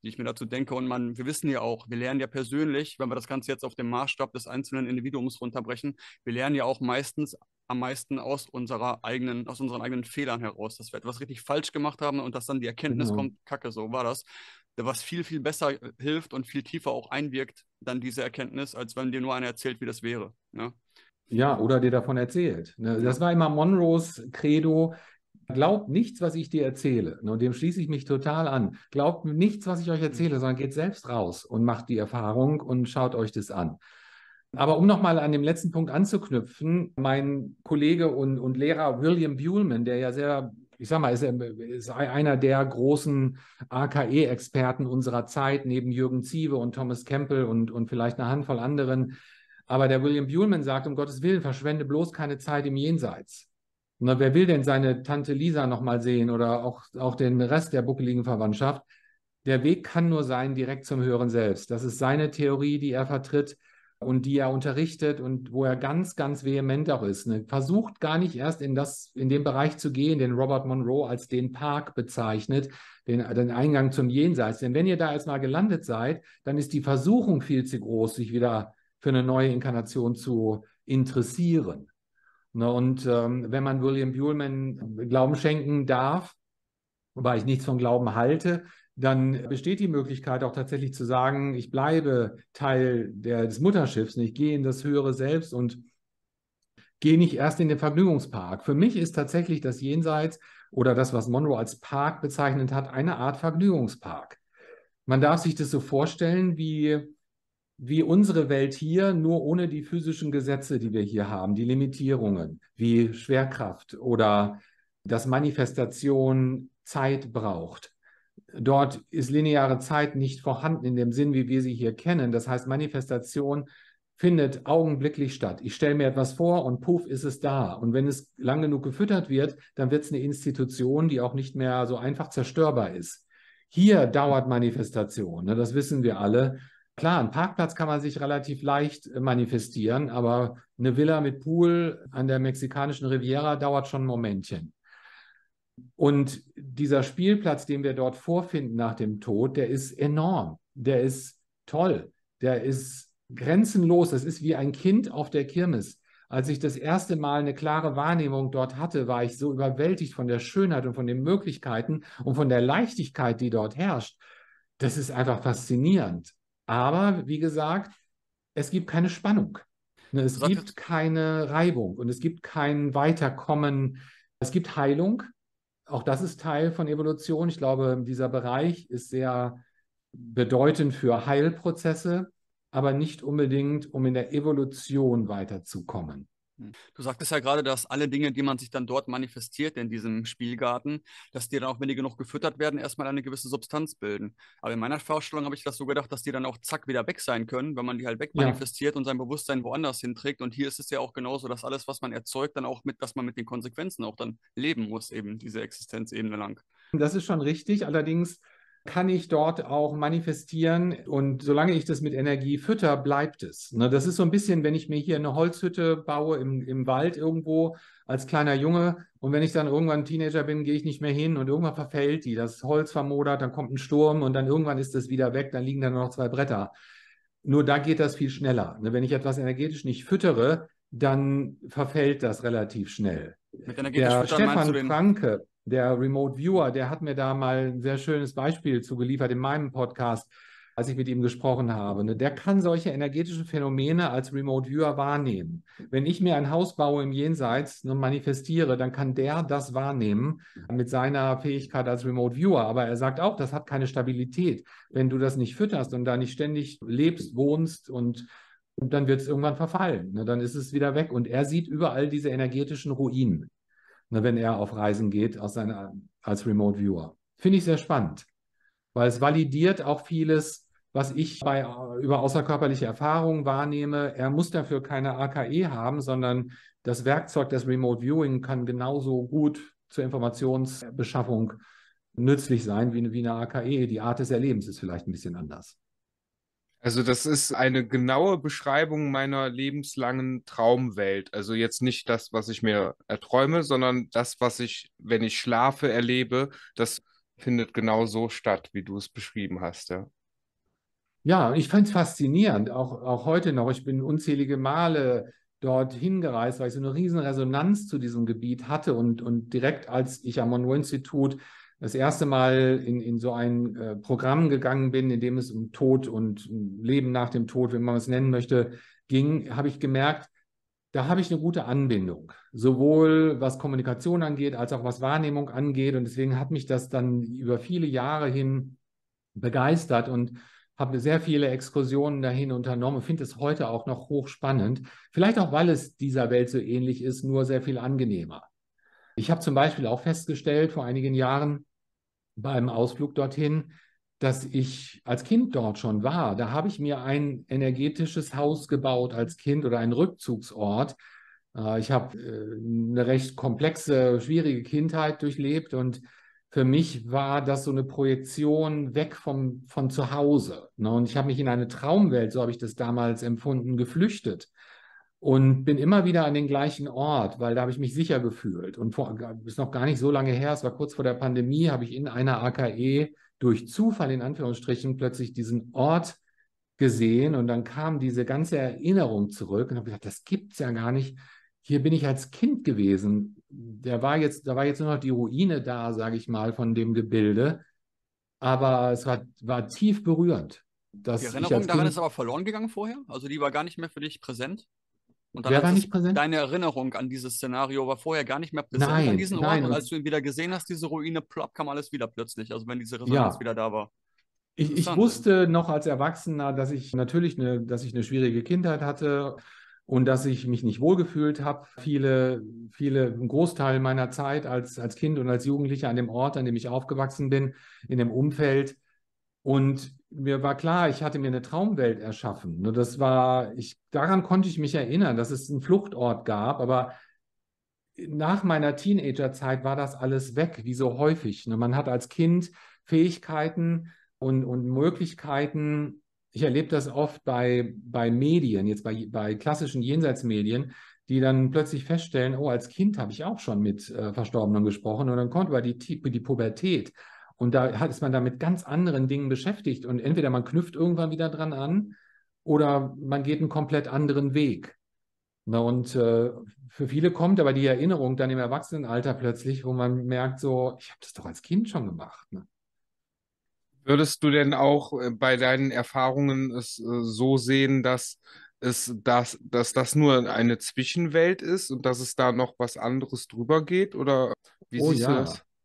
die ich mir dazu denke. Und man, wir wissen ja auch, wir lernen ja persönlich, wenn wir das Ganze jetzt auf den Maßstab des einzelnen Individuums runterbrechen, wir lernen ja auch meistens am meisten aus unserer eigenen, aus unseren eigenen Fehlern heraus, dass wir etwas richtig falsch gemacht haben und dass dann die Erkenntnis
Genau.
kommt, Kacke, so war das. Was viel, viel besser hilft und viel tiefer auch einwirkt, dann diese Erkenntnis, als wenn dir nur einer erzählt, wie das wäre. Ne?
Ja, oder dir davon erzählt. Ne? Das
Ja.
war immer Monroes Credo. Glaubt nichts, was ich dir erzähle. Und dem schließe ich mich total an. Glaubt nichts, was ich euch erzähle, sondern geht selbst raus und macht die Erfahrung und schaut euch das an. Aber um nochmal an dem letzten Punkt anzuknüpfen, mein Kollege und, und Lehrer William Buhlman, der ja sehr, ich sag mal, ist, ist einer der großen A K E-Experten unserer Zeit, neben Jürgen Ziewe und Thomas Campbell und, und vielleicht eine Handvoll anderen. Aber der William Buhlman sagt, um Gottes Willen, verschwende bloß keine Zeit im Jenseits. Na, wer will denn seine Tante Lisa nochmal sehen oder auch, auch den Rest der buckeligen Verwandtschaft? Der Weg kann nur sein, direkt zum Höheren Selbst. Das ist seine Theorie, die er vertritt und die er unterrichtet und wo er ganz, ganz vehement auch ist. Ne? Versucht gar nicht erst in, das, in den Bereich zu gehen, den Robert Monroe als den Park bezeichnet, den, den Eingang zum Jenseits. Denn wenn ihr da erstmal gelandet seid, dann ist die Versuchung viel zu groß, sich wieder für eine neue Inkarnation zu interessieren. Ne? Und ähm, wenn man William Buhlman Glauben schenken darf, wobei ich nichts von Glauben halte, dann besteht die Möglichkeit auch tatsächlich zu sagen, ich bleibe Teil der, des Mutterschiffs, ich gehe in das höhere Selbst und gehe nicht erst in den Vergnügungspark. Für mich ist tatsächlich das Jenseits oder das, was Monroe als Park bezeichnet hat, eine Art Vergnügungspark. Man darf sich das so vorstellen, wie, wie unsere Welt hier, nur ohne die physischen Gesetze, die wir hier haben, die Limitierungen, wie Schwerkraft oder dass Manifestation Zeit braucht. Dort ist lineare Zeit nicht vorhanden in dem Sinn, wie wir sie hier kennen. Das heißt, Manifestation findet augenblicklich statt. Ich stelle mir etwas vor und puff, ist es da. Und wenn es lang genug gefüttert wird, dann wird es eine Institution, die auch nicht mehr so einfach zerstörbar ist. Hier dauert Manifestation, ne, das wissen wir alle. Klar, ein Parkplatz kann man sich relativ leicht manifestieren, aber eine Villa mit Pool an der mexikanischen Riviera dauert schon ein Momentchen. Und dieser Spielplatz, den wir dort vorfinden nach dem Tod, der ist enorm, der ist toll, der ist grenzenlos. Das ist wie ein Kind auf der Kirmes. Als ich das erste Mal eine klare Wahrnehmung dort hatte, war ich so überwältigt von der Schönheit und von den Möglichkeiten und von der Leichtigkeit, die dort herrscht. Das ist einfach faszinierend. Aber wie gesagt, es gibt keine Spannung. Es gibt keine Reibung und es gibt kein Weiterkommen. Es gibt Heilung. Auch das ist Teil von Evolution. Ich glaube, dieser Bereich ist sehr bedeutend für Heilprozesse, aber nicht unbedingt, um in der Evolution weiterzukommen.
Du sagtest ja gerade, dass alle Dinge, die man sich dann dort manifestiert in diesem Spielgarten, dass die dann auch, wenn die genug gefüttert werden, erstmal eine gewisse Substanz bilden. Aber in meiner Vorstellung habe ich das so gedacht, dass die dann auch zack wieder weg sein können, wenn man die halt wegmanifestiert ja. und sein Bewusstsein woanders hinträgt. Und hier ist es ja auch genauso, dass alles, was man erzeugt, dann auch mit, dass man mit den Konsequenzen auch dann leben muss, eben diese Existenzebene lang.
Das ist schon richtig. Allerdings kann ich dort auch manifestieren und solange ich das mit Energie fütter, bleibt es. Ne, das ist so ein bisschen, wenn ich mir hier eine Holzhütte baue im, im Wald irgendwo als kleiner Junge und wenn ich dann irgendwann Teenager bin, gehe ich nicht mehr hin und irgendwann verfällt die, das Holz vermodert, dann kommt ein Sturm und dann irgendwann ist das wieder weg, dann liegen da nur noch zwei Bretter. Nur da geht das viel schneller. Ne, wenn ich etwas energetisch nicht füttere, dann verfällt das relativ schnell.
Mit energetisch
Der
füttern meinst du
Stefan
den...
Franke, der Remote Viewer, der hat mir da mal ein sehr schönes Beispiel zugeliefert in meinem Podcast, als ich mit ihm gesprochen habe. Der kann solche energetischen Phänomene als Remote Viewer wahrnehmen. Wenn ich mir ein Haus baue im Jenseits und manifestiere, dann kann der das wahrnehmen mit seiner Fähigkeit als Remote Viewer. Aber er sagt auch, das hat keine Stabilität. Wenn du das nicht fütterst und da nicht ständig lebst, wohnst und Und dann wird es irgendwann verfallen. Ne? Dann ist es wieder weg. Und er sieht überall diese energetischen Ruinen, ne, wenn er auf Reisen geht aus seiner, als Remote Viewer. Finde ich sehr spannend, weil es validiert auch vieles, was ich bei, über außerkörperliche Erfahrungen wahrnehme. Er muss dafür keine A K E haben, sondern das Werkzeug des Remote Viewing kann genauso gut zur Informationsbeschaffung nützlich sein wie, wie eine A K E. Die Art des Erlebens ist vielleicht ein bisschen anders.
Also das ist eine genaue Beschreibung meiner lebenslangen Traumwelt. Also jetzt nicht das, was ich mir erträume, sondern das, was ich, wenn ich schlafe, erlebe. Das findet genau so statt, wie du es beschrieben hast, ja.
Ja, ich fand es faszinierend, auch, auch heute noch. Ich bin unzählige Male dorthin gereist, weil ich so eine riesen Resonanz zu diesem Gebiet hatte und, und direkt als ich am Monroe-Institut das erste Mal in, in so ein äh, Programm gegangen bin, in dem es um Tod und um Leben nach dem Tod, wie man es nennen möchte, ging, habe ich gemerkt, da habe ich eine gute Anbindung, sowohl was Kommunikation angeht, als auch was Wahrnehmung angeht. Und deswegen hat mich das dann über viele Jahre hin begeistert und habe sehr viele Exkursionen dahin unternommen. Finde es heute auch noch hochspannend. Vielleicht auch, weil es dieser Welt so ähnlich ist, nur sehr viel angenehmer. Ich habe zum Beispiel auch festgestellt vor einigen Jahren beim Ausflug dorthin, dass ich als Kind dort schon war. Da habe ich mir ein energetisches Haus gebaut als Kind oder einen Rückzugsort. Äh, Ich habe äh, eine recht komplexe, schwierige Kindheit durchlebt und für mich war das so eine Projektion weg vom, von zu Hause. Ne? Und ich habe mich in eine Traumwelt, so habe ich das damals empfunden, geflüchtet und bin immer wieder an den gleichen Ort, weil da habe ich mich sicher gefühlt. Und vor, ist noch gar nicht so lange her, es war kurz vor der Pandemie, habe ich in einer A K E durch Zufall in Anführungsstrichen plötzlich diesen Ort gesehen und dann kam diese ganze Erinnerung zurück und habe gedacht, das gibt's ja gar nicht. Hier bin ich als Kind gewesen. Der war jetzt, da war jetzt nur noch die Ruine da, sage ich mal, von dem Gebilde. Aber es war, war tief berührend,
Die
dass ich
Erinnerung
als
daran ist
Kind,
aber verloren gegangen vorher? Also die war gar nicht mehr für dich präsent? Und dann
wer
als
war
es
nicht präsent?
deine Erinnerung an dieses Szenario war vorher gar nicht mehr präsent an
Nein,
diesen Ort
nein.
und als
Und
du ihn wieder gesehen hast, diese Ruine, plopp, kam alles wieder plötzlich, also wenn diese Resonanz
ja,
wieder da war.
Ich, ich
Interessant.
wusste noch als Erwachsener, dass ich natürlich eine, dass ich eine schwierige Kindheit hatte und dass ich mich nicht wohlgefühlt habe. Viele, viele, einen Großteil meiner Zeit als, als Kind und als Jugendlicher an dem Ort, an dem ich aufgewachsen bin, in dem Umfeld. Und mir war klar, ich hatte mir eine Traumwelt erschaffen. Nur das war, ich, daran konnte ich mich erinnern, dass es einen Fluchtort gab, aber nach meiner Teenagerzeit war das alles weg, wie so häufig. Ne? Man hat als Kind Fähigkeiten und, und Möglichkeiten. Ich erlebe das oft bei, bei Medien, jetzt bei, bei klassischen Jenseitsmedien, die dann plötzlich feststellen, oh, als Kind habe ich auch schon mit äh, Verstorbenen gesprochen und dann kommt aber die, die Pubertät. Und da hat, ist man da mit ganz anderen Dingen beschäftigt. Und entweder man knüpft irgendwann wieder dran an oder man geht einen komplett anderen Weg. Na, und äh, für viele kommt aber die Erinnerung dann im Erwachsenenalter plötzlich, wo man merkt, so, ich habe das doch als Kind schon gemacht. Ne?
Würdest du denn auch äh, bei deinen Erfahrungen es äh, so sehen, dass es das, dass das nur eine Zwischenwelt ist und dass es da noch was anderes drüber geht? Oder wie
Oh
siehst du
ja.
das?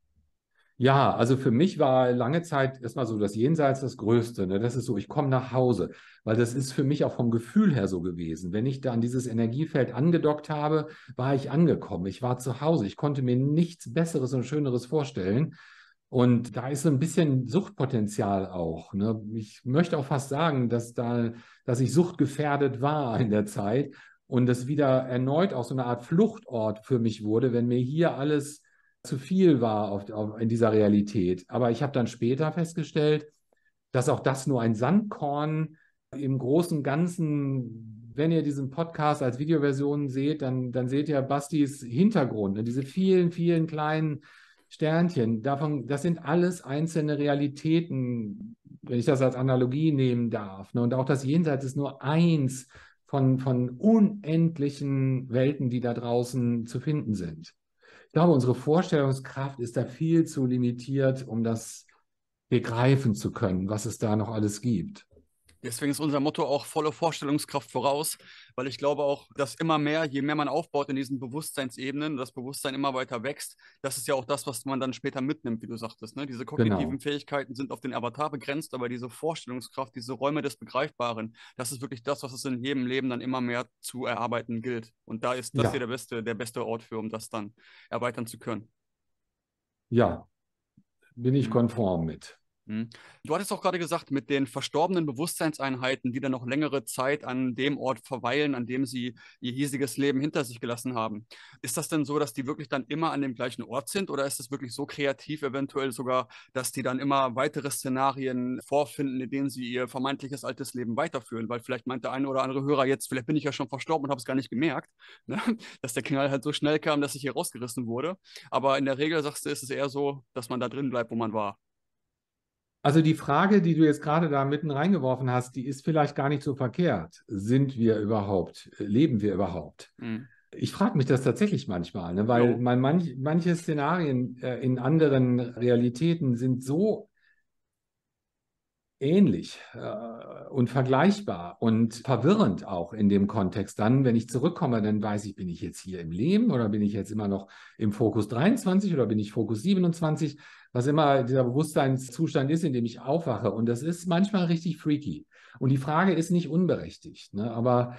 Ja, also für mich war lange Zeit erstmal so das Jenseits das Größte. Ne? Das ist so, ich komme nach Hause, weil das ist für mich auch vom Gefühl her so gewesen. Wenn ich da an dieses Energiefeld angedockt habe, war ich angekommen. Ich war zu Hause. Ich konnte mir nichts Besseres und Schöneres vorstellen. Und da ist so ein bisschen Suchtpotenzial auch. Ne? Ich möchte auch fast sagen, dass da, dass ich suchtgefährdet war in der Zeit und das wieder erneut auch so eine Art Fluchtort für mich wurde, wenn mir hier alles zu viel war auf, auf, in dieser Realität. Aber ich habe dann später festgestellt, dass auch das nur ein Sandkorn im großen Ganzen, wenn ihr diesen Podcast als Videoversion seht, dann, dann seht ihr Bastis Hintergrund, ne? Diese vielen, vielen kleinen Sternchen. Davon, das sind alles einzelne Realitäten, wenn ich das als Analogie nehmen darf. Ne? Und auch das Jenseits ist nur eins von, von unendlichen Welten, die da draußen zu finden sind. Ich glaube, unsere Vorstellungskraft ist da viel zu limitiert, um das begreifen zu können, was es da noch alles gibt.
Deswegen ist unser Motto auch volle Vorstellungskraft voraus, weil ich glaube auch, dass immer mehr, je mehr man aufbaut in diesen Bewusstseinsebenen, das Bewusstsein immer weiter wächst, das ist ja auch das, was man dann später mitnimmt, wie du sagtest. Ne? Diese kognitiven
Genau.
Fähigkeiten sind auf den Avatar begrenzt, aber diese Vorstellungskraft, diese Räume des Begreifbaren, das ist wirklich das, was es in jedem Leben dann immer mehr zu erarbeiten gilt. Und da ist das hier der
Ja,
beste, der beste Ort für, um das dann erweitern zu können.
ja, bin ich
Mhm.
konform mit.
Hm. Du hattest auch gerade gesagt, mit den verstorbenen Bewusstseinseinheiten, die dann noch längere Zeit an dem Ort verweilen, an dem sie ihr hiesiges Leben hinter sich gelassen haben. Ist das denn so, dass die wirklich dann immer an dem gleichen Ort sind oder ist es wirklich so kreativ eventuell sogar, dass die dann immer weitere Szenarien vorfinden, in denen sie ihr vermeintliches altes Leben weiterführen? Weil vielleicht meint der eine oder andere Hörer jetzt, vielleicht bin ich ja schon verstorben und habe es gar nicht gemerkt, ne? Dass der Knall halt so schnell kam, dass ich hier rausgerissen wurde. Aber in der Regel, sagst du, ist es eher so, dass man da drin bleibt, wo man war.
Also die Frage, die du jetzt gerade da mitten reingeworfen hast, die ist vielleicht gar nicht so verkehrt. Sind wir überhaupt, leben wir überhaupt?
Hm.
Ich frage mich das tatsächlich manchmal, ne, weil
Jo.
man manch, manche Szenarien äh, in anderen Realitäten sind so ähnlich äh, und vergleichbar und verwirrend auch in dem Kontext. Dann, wenn ich zurückkomme, dann weiß ich, bin ich jetzt hier im Leben oder bin ich jetzt immer noch im Fokus dreiundzwanzig oder bin ich Fokus siebenundzwanzig, was immer dieser Bewusstseinszustand ist, in dem ich aufwache. Und das ist manchmal richtig freaky. Und die Frage ist nicht unberechtigt, ne? Aber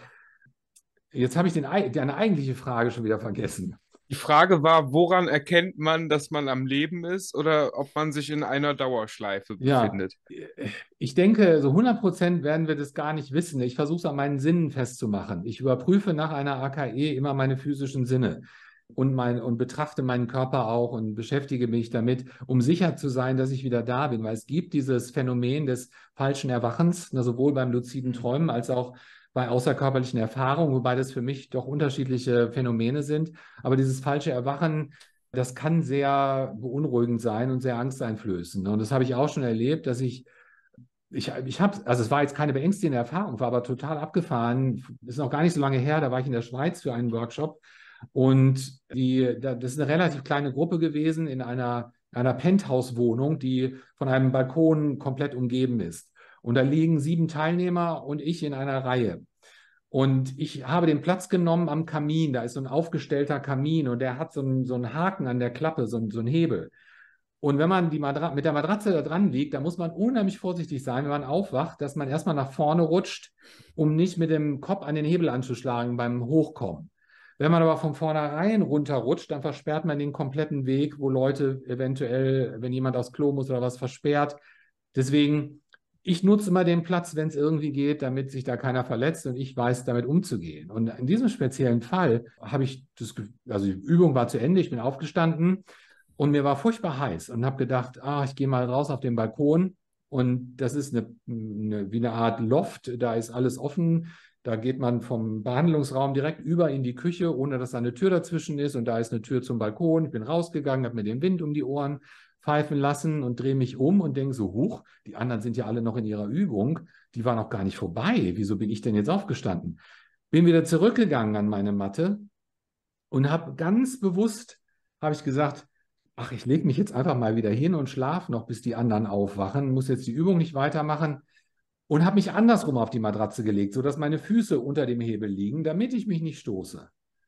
jetzt habe ich den, deine eigentliche Frage schon wieder vergessen.
Die Frage war, woran erkennt man, dass man am Leben ist oder ob man sich in einer Dauerschleife
Ja,
befindet?
ich denke, so hundert Prozent werden wir das gar nicht wissen. Ich versuche es an meinen Sinnen festzumachen. Ich überprüfe nach einer A K E immer meine physischen Sinne und, mein, und betrachte meinen Körper auch und beschäftige mich damit, um sicher zu sein, dass ich wieder da bin. Weil es gibt dieses Phänomen des falschen Erwachens, na, sowohl beim luziden Träumen als auch bei außerkörperlichen Erfahrungen, wobei das für mich doch unterschiedliche Phänomene sind. Aber dieses falsche Erwachen, das kann sehr beunruhigend sein und sehr angsteinflößend. Und das habe ich auch schon erlebt, dass ich, ich, ich habe, also es war jetzt keine beängstigende Erfahrung, war aber total abgefahren. Ist noch gar nicht so lange her, da war ich in der Schweiz für einen Workshop. Und die, das ist eine relativ kleine Gruppe gewesen in einer, einer Penthouse-Wohnung, die von einem Balkon komplett umgeben ist. Und da liegen sieben Teilnehmer und ich in einer Reihe. Und ich habe den Platz genommen am Kamin. Da ist so ein aufgestellter Kamin und der hat so einen, so einen Haken an der Klappe, so, einen, so einen Hebel. Und wenn man die Madra mit der Matratze da dran liegt, da muss man unheimlich vorsichtig sein, wenn man aufwacht, dass man erstmal nach vorne rutscht, um nicht mit dem Kopf an den Hebel anzuschlagen beim Hochkommen. Wenn man aber von vornherein runterrutscht, dann versperrt man den kompletten Weg, wo Leute eventuell, wenn jemand aufs Klo muss oder was, versperrt. Deswegen, ich nutze immer den Platz, wenn es irgendwie geht, damit sich da keiner verletzt und ich weiß, damit umzugehen. Und in diesem speziellen Fall habe ich das, also die Übung war zu Ende, ich bin aufgestanden und mir war furchtbar heiß und habe gedacht, ah, ich gehe mal raus auf den Balkon und das ist eine, eine, wie eine Art Loft, da ist alles offen. Da geht man vom Behandlungsraum direkt über in die Küche, ohne dass da eine Tür dazwischen ist. Und da ist eine Tür zum Balkon. Ich bin rausgegangen, habe mir den Wind um die Ohren pfeifen lassen und drehe mich um und denke so, huch, die anderen sind ja alle noch in ihrer Übung. Die war noch gar nicht vorbei. Wieso bin ich denn jetzt aufgestanden? Bin wieder zurückgegangen an meine Matte und habe ganz bewusst, habe ich gesagt, ach, ich lege mich jetzt einfach mal wieder hin und schlafe noch, bis die anderen aufwachen. Muss jetzt die Übung nicht weitermachen. Und habe mich andersrum auf die Matratze gelegt, sodass meine Füße unter dem Hebel liegen, damit ich mich nicht stoße.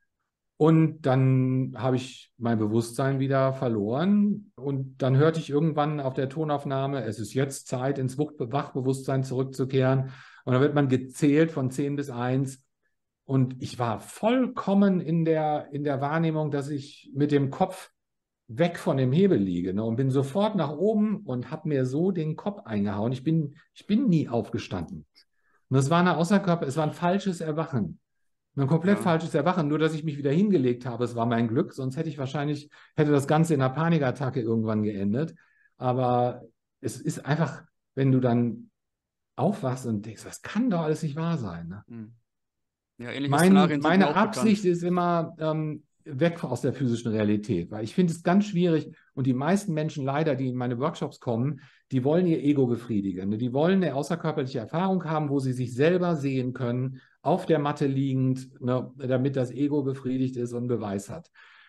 Und dann habe ich mein Bewusstsein wieder verloren. Und dann hörte ich irgendwann auf der Tonaufnahme, es ist jetzt Zeit, ins Wachbewusstsein zurückzukehren. Und dann wird man gezählt von zehn bis eins. Und ich war vollkommen in der, in der Wahrnehmung, dass ich mit dem Kopf weg von dem Hebel liege, ne, und bin sofort nach oben und habe mir so den Kopf eingehauen. Ich bin, ich bin nie aufgestanden. Und das war eine Außerkörper, es war ein falsches Erwachen. Ein komplett
Ja.
falsches Erwachen, nur dass ich mich wieder hingelegt habe. Es war mein Glück, sonst hätte ich wahrscheinlich, hätte das Ganze in einer Panikattacke irgendwann geendet. Aber es ist einfach, wenn du dann aufwachst und denkst, das kann doch alles nicht wahr sein. Ne?
Hm. Ja, ähnliche
Mein,
Szenarien sind mir
meine
auch
Absicht
bekannt.
ist immer ähm, weg aus der physischen Realität, weil ich finde es ganz schwierig und die meisten Menschen leider, die in meine Workshops kommen, die wollen ihr Ego befriedigen. Ne? Die wollen eine außerkörperliche Erfahrung haben, wo sie sich selber sehen können, auf der Matte liegend, ne, damit das Ego befriedigt ist und Beweis hat.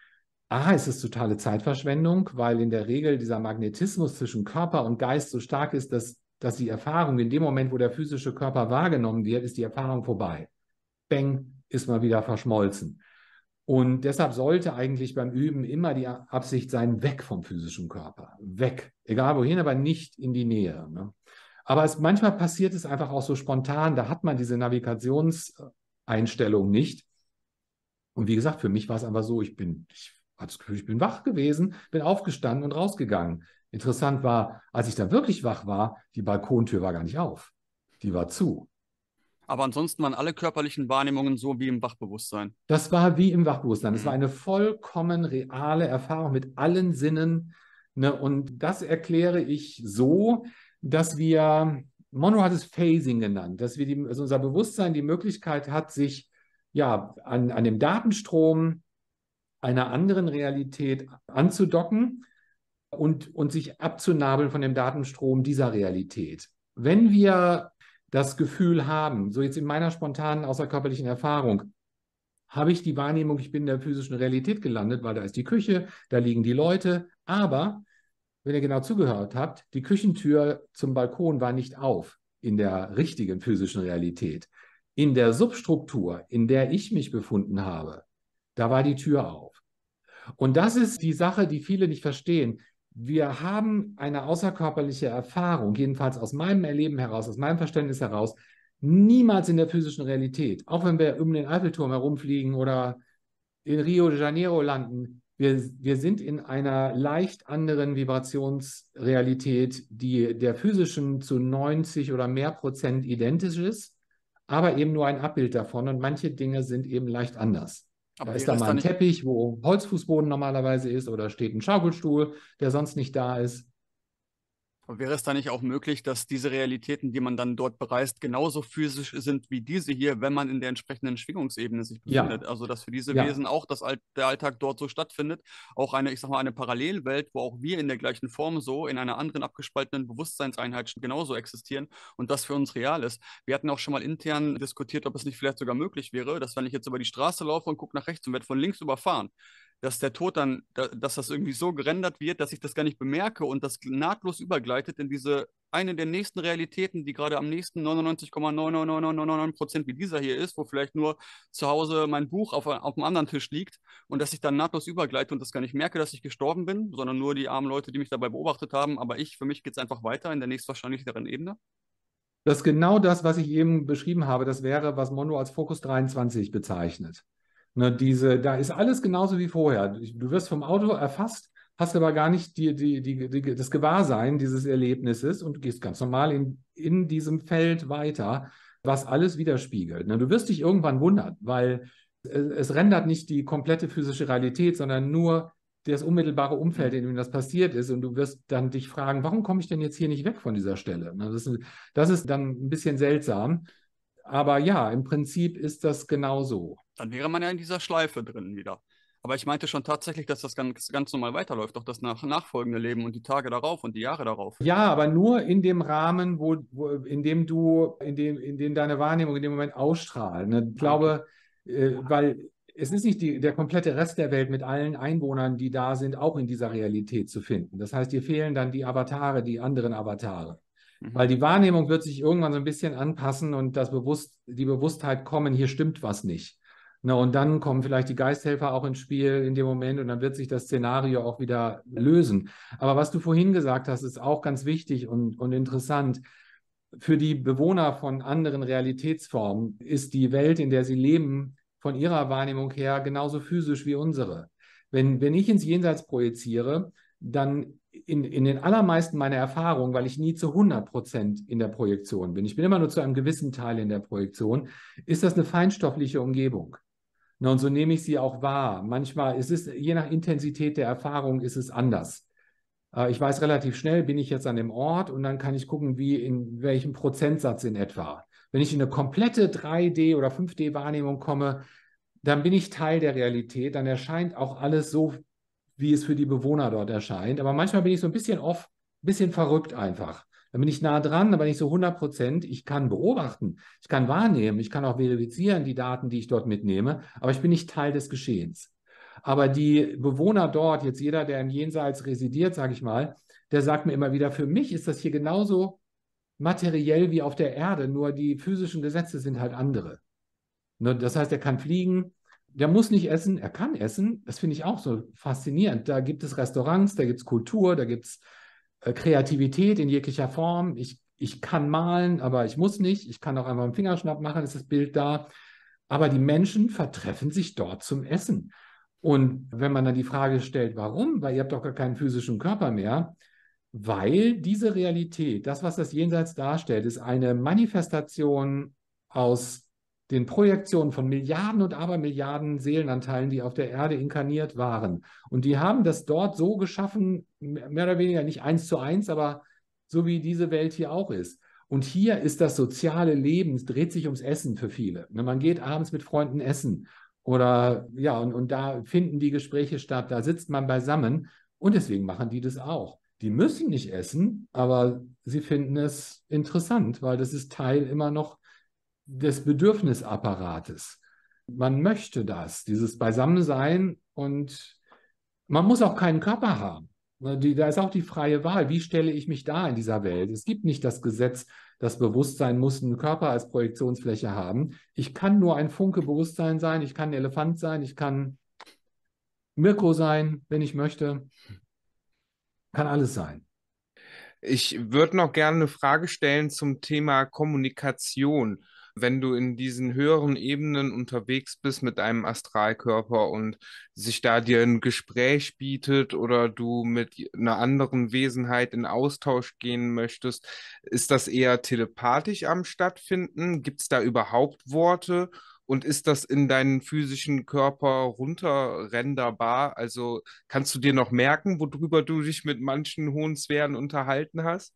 A, ist es totale Zeitverschwendung, weil in der Regel dieser Magnetismus zwischen Körper und Geist so stark ist, dass, dass die Erfahrung in dem Moment, wo der physische Körper wahrgenommen wird, ist die Erfahrung vorbei. Bang, ist mal wieder verschmolzen. Und deshalb sollte eigentlich beim Üben immer die Absicht sein, weg vom physischen Körper. Weg. Egal wohin, aber nicht in die Nähe. Ne? Aber es, manchmal passiert es einfach auch so spontan, da hat man diese Navigationseinstellung nicht. Und wie gesagt, für mich war es einfach so, ich bin, ich hatte das Gefühl, ich bin wach gewesen, bin aufgestanden und rausgegangen. Interessant war, als ich dann wirklich wach war, die Balkontür war gar nicht auf. Die war zu.
Aber ansonsten waren alle körperlichen Wahrnehmungen so wie im Wachbewusstsein.
Das war wie im Wachbewusstsein. Es
Mhm.
war eine vollkommen reale Erfahrung mit allen Sinnen. Ne? Und das erkläre ich so, dass wir, Monroe hat es Phasing genannt, dass wir die, also unser Bewusstsein die Möglichkeit hat, sich ja an, an dem Datenstrom einer anderen Realität anzudocken und, und sich abzunabeln von dem Datenstrom dieser Realität. Wenn wir das Gefühl haben, so jetzt in meiner spontanen außerkörperlichen Erfahrung, habe ich die Wahrnehmung, ich bin in der physischen Realität gelandet, weil da ist die Küche, da liegen die Leute, aber wenn ihr genau zugehört habt, die Küchentür zum Balkon war nicht auf in der richtigen physischen Realität. In der Substruktur, in der ich mich befunden habe, da war die Tür auf. Und das ist die Sache, die viele nicht verstehen. Wir haben eine außerkörperliche Erfahrung, jedenfalls aus meinem Erleben heraus, aus meinem Verständnis heraus, niemals in der physischen Realität. Auch wenn wir um den Eiffelturm herumfliegen oder in Rio de Janeiro landen, wir, wir sind in einer leicht anderen Vibrationsrealität, die der physischen zu neunzig oder mehr Prozent identisch ist, aber eben nur ein Abbild davon. Und manche Dinge sind eben leicht anders.
Aber
Da ist
wäre
da
es
mal
dann
ein
nicht,
Teppich, wo Holzfußboden normalerweise ist, oder steht ein Schaukelstuhl, der sonst nicht da ist.
aber wäre es dann nicht auch möglich, dass diese Realitäten, die man dann dort bereist, genauso physisch sind wie diese hier, wenn man in der entsprechenden Schwingungsebene sich befindet?
Ja,
Also, dass für diese
ja.
Wesen auch das All der Alltag dort so stattfindet, auch eine, ich sag mal, eine Parallelwelt, wo auch wir in der gleichen Form so in einer anderen abgespaltenen Bewusstseinseinheit genauso existieren und das für uns real ist. Wir hatten auch schon mal intern diskutiert, ob es nicht vielleicht sogar möglich wäre, dass wenn ich jetzt über die Straße laufe und gucke nach rechts und werde von links überfahren, dass der Tod dann, da- dass das irgendwie so gerendert wird, dass ich das gar nicht bemerke und das nahtlos übergleitet in diese eine der nächsten Realitäten, die gerade am nächsten neunundneunzig Komma neun neun neun neun neun neun Prozent wie dieser hier ist, wo vielleicht nur zu Hause mein Buch auf, auf einem anderen Tisch liegt und dass ich dann nahtlos übergleite und das gar nicht merke, dass ich gestorben bin, sondern nur die armen Leute, die mich dabei beobachtet haben. Aber ich, für mich geht es einfach weiter in der nächstwahrscheinlicheren Ebene.
Das ist genau das, was ich eben beschrieben habe. Das wäre, was Monroe als Fokus dreiundzwanzig bezeichnet. Ne, diese, da ist alles genauso wie vorher. Du wirst vom Auto erfasst, hast aber gar nicht die, die, die, die, das Gewahrsein dieses Erlebnisses und du gehst ganz normal in, in diesem Feld weiter, was alles widerspiegelt. Ne, du wirst dich irgendwann wundern, weil es, es rendert nicht die komplette physische Realität, sondern nur das unmittelbare Umfeld, in dem das passiert ist. Und du wirst dann dich fragen, warum komme ich denn jetzt hier nicht weg von dieser Stelle? Ne, das, das ist dann ein bisschen seltsam. Aber ja, im Prinzip ist das genau so.
Dann wäre man ja in dieser Schleife drin wieder. Aber ich meinte schon tatsächlich, dass das ganz, ganz normal weiterläuft, auch das nach, nachfolgende Leben und die Tage darauf und die Jahre darauf.
Ja, aber nur in dem Rahmen, wo, wo, in dem du, in dem, in dem deine Wahrnehmung in dem Moment ausstrahlt. Ne? Ich
Ah, okay.
glaube, äh, weil es ist nicht die, der komplette Rest der Welt mit allen Einwohnern, die da sind, auch in dieser Realität zu finden. Das heißt, dir fehlen dann die Avatare, die anderen Avatare. Weil
Mhm.
die Wahrnehmung wird sich irgendwann so ein bisschen anpassen und das Bewusst, die Bewusstheit kommen, hier stimmt was nicht. Na, und dann kommen vielleicht die Geisthelfer auch ins Spiel in dem Moment und dann wird sich das Szenario auch wieder lösen. Aber was du vorhin gesagt hast, ist auch ganz wichtig und, und interessant. Für die Bewohner von anderen Realitätsformen ist die Welt, in der sie leben, von ihrer Wahrnehmung her genauso physisch wie unsere. Wenn, wenn ich ins Jenseits projiziere, dann in, in den allermeisten meiner Erfahrungen, weil ich nie zu hundert Prozent in der Projektion bin, ich bin immer nur zu einem gewissen Teil in der Projektion, ist das eine feinstoffliche Umgebung. Na, und so nehme ich sie auch wahr. Manchmal ist es, je nach Intensität der Erfahrung, ist es anders. Äh, ich weiß relativ schnell, bin ich jetzt an dem Ort und dann kann ich gucken, wie in welchem Prozentsatz in etwa. Wenn ich in eine komplette drei D- oder fünf D-Wahrnehmung komme, dann bin ich Teil der Realität. Dann erscheint auch alles so, wie es für die Bewohner dort erscheint. Aber manchmal bin ich so ein bisschen off, ein bisschen verrückt einfach. Dann bin ich nah dran, aber nicht so hundert Prozent. Ich kann beobachten, ich kann wahrnehmen, ich kann auch verifizieren die Daten, die ich dort mitnehme, aber ich bin nicht Teil des Geschehens. Aber die Bewohner dort, jetzt jeder, der im Jenseits residiert, sage ich mal, der sagt mir immer wieder, für mich ist das hier genauso materiell wie auf der Erde, nur die physischen Gesetze sind halt andere. Ne, das heißt, er kann fliegen, der muss nicht essen, er kann essen. Das finde ich auch so faszinierend. Da gibt es Restaurants, da gibt es Kultur, da gibt es äh, Kreativität in jeglicher Form. Ich, ich kann malen, aber ich muss nicht. Ich kann auch einfach einen Fingerschnapp machen, ist das Bild da. Aber die Menschen vertreffen sich dort zum Essen. Und wenn man dann die Frage stellt, warum? Weil ihr habt doch gar keinen physischen Körper mehr. weil diese Realität, das, was das Jenseits darstellt, ist eine Manifestation aus den Projektionen von Milliarden und Abermilliarden Seelenanteilen, die auf der Erde inkarniert waren. Und die haben das dort so geschaffen, mehr oder weniger nicht eins zu eins, aber so wie diese Welt hier auch ist. Und hier ist das soziale Leben, es dreht sich ums Essen für viele. Man geht abends mit Freunden essen oder ja, und, und da finden die Gespräche statt, da sitzt man beisammen und deswegen machen die das auch. Die müssen nicht essen, aber sie finden es interessant, weil das ist Teil immer noch des Bedürfnisapparates. Man möchte das, dieses Beisammensein, und man muss auch keinen Körper haben. Die, da ist auch die freie Wahl. Wie stelle ich mich da in dieser Welt? Es gibt nicht das Gesetz, das Bewusstsein muss einen Körper als Projektionsfläche haben. Ich kann nur ein Funke Bewusstsein sein. Ich kann ein Elefant sein. Ich kann Mirko sein, wenn ich möchte. Kann alles sein.
Ich würde noch gerne eine Frage stellen zum Thema Kommunikation. Wenn du in diesen höheren Ebenen unterwegs bist mit einem Astralkörper und sich da dir ein Gespräch bietet oder du mit einer anderen Wesenheit in Austausch gehen möchtest, ist das eher telepathisch am Stattfinden? Gibt es da überhaupt Worte? Und ist das in deinen physischen Körper runterrenderbar? Also kannst du dir noch merken, worüber du dich mit manchen hohen Sphären unterhalten hast?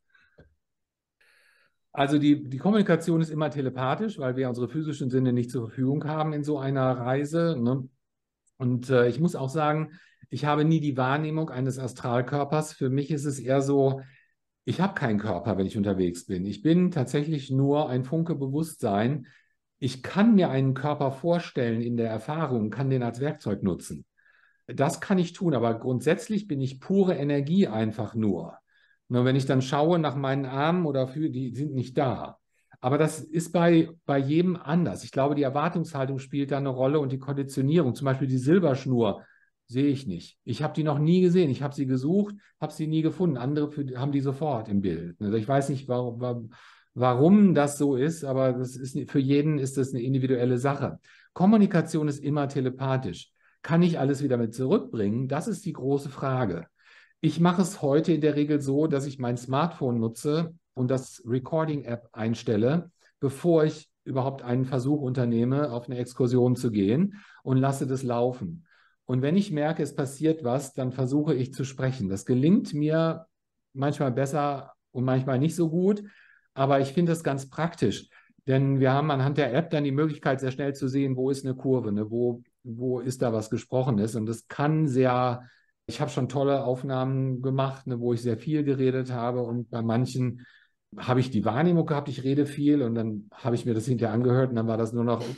Also die, die Kommunikation ist immer telepathisch, weil wir unsere physischen Sinne nicht zur Verfügung haben in so einer Reise, ne? Und äh, ich muss auch sagen, ich habe nie die Wahrnehmung eines Astralkörpers. Für mich ist es eher so, ich habe keinen Körper, wenn ich unterwegs bin. Ich bin tatsächlich nur ein Funke Bewusstsein. Ich kann mir einen Körper vorstellen in der Erfahrung, kann den als Werkzeug nutzen. Das kann ich tun, aber grundsätzlich bin ich pure Energie einfach nur. Nur wenn ich dann schaue nach meinen Armen oder für, die sind nicht da. Aber das ist bei, bei jedem anders. Ich glaube, die Erwartungshaltung spielt da eine Rolle und die Konditionierung. Zum Beispiel die Silberschnur sehe ich nicht. Ich habe die noch nie gesehen. Ich habe sie gesucht, habe sie nie gefunden. Andere für, haben die sofort im Bild. Also ich weiß nicht, warum, warum das so ist, aber das ist, für jeden ist das eine individuelle Sache. Kommunikation ist immer telepathisch. Kann ich alles wieder mit zurückbringen? Das ist die große Frage. Ich mache es heute in der Regel so, dass ich mein Smartphone nutze und das Recording-App einstelle, bevor ich überhaupt einen Versuch unternehme, auf eine Exkursion zu gehen, und lasse das laufen. Und wenn ich merke, es passiert was, dann versuche ich zu sprechen. Das gelingt mir manchmal besser und manchmal nicht so gut, aber ich finde es ganz praktisch, denn wir haben anhand der App dann die Möglichkeit, sehr schnell zu sehen, wo ist eine Kurve, ne? wo, wo ist da was Gesprochenes. Und das kann sehr, ich habe schon tolle Aufnahmen gemacht, ne, wo ich sehr viel geredet habe, und bei manchen habe ich die Wahrnehmung gehabt, ich rede viel, und dann habe ich mir das hinterher angehört und dann war das nur noch,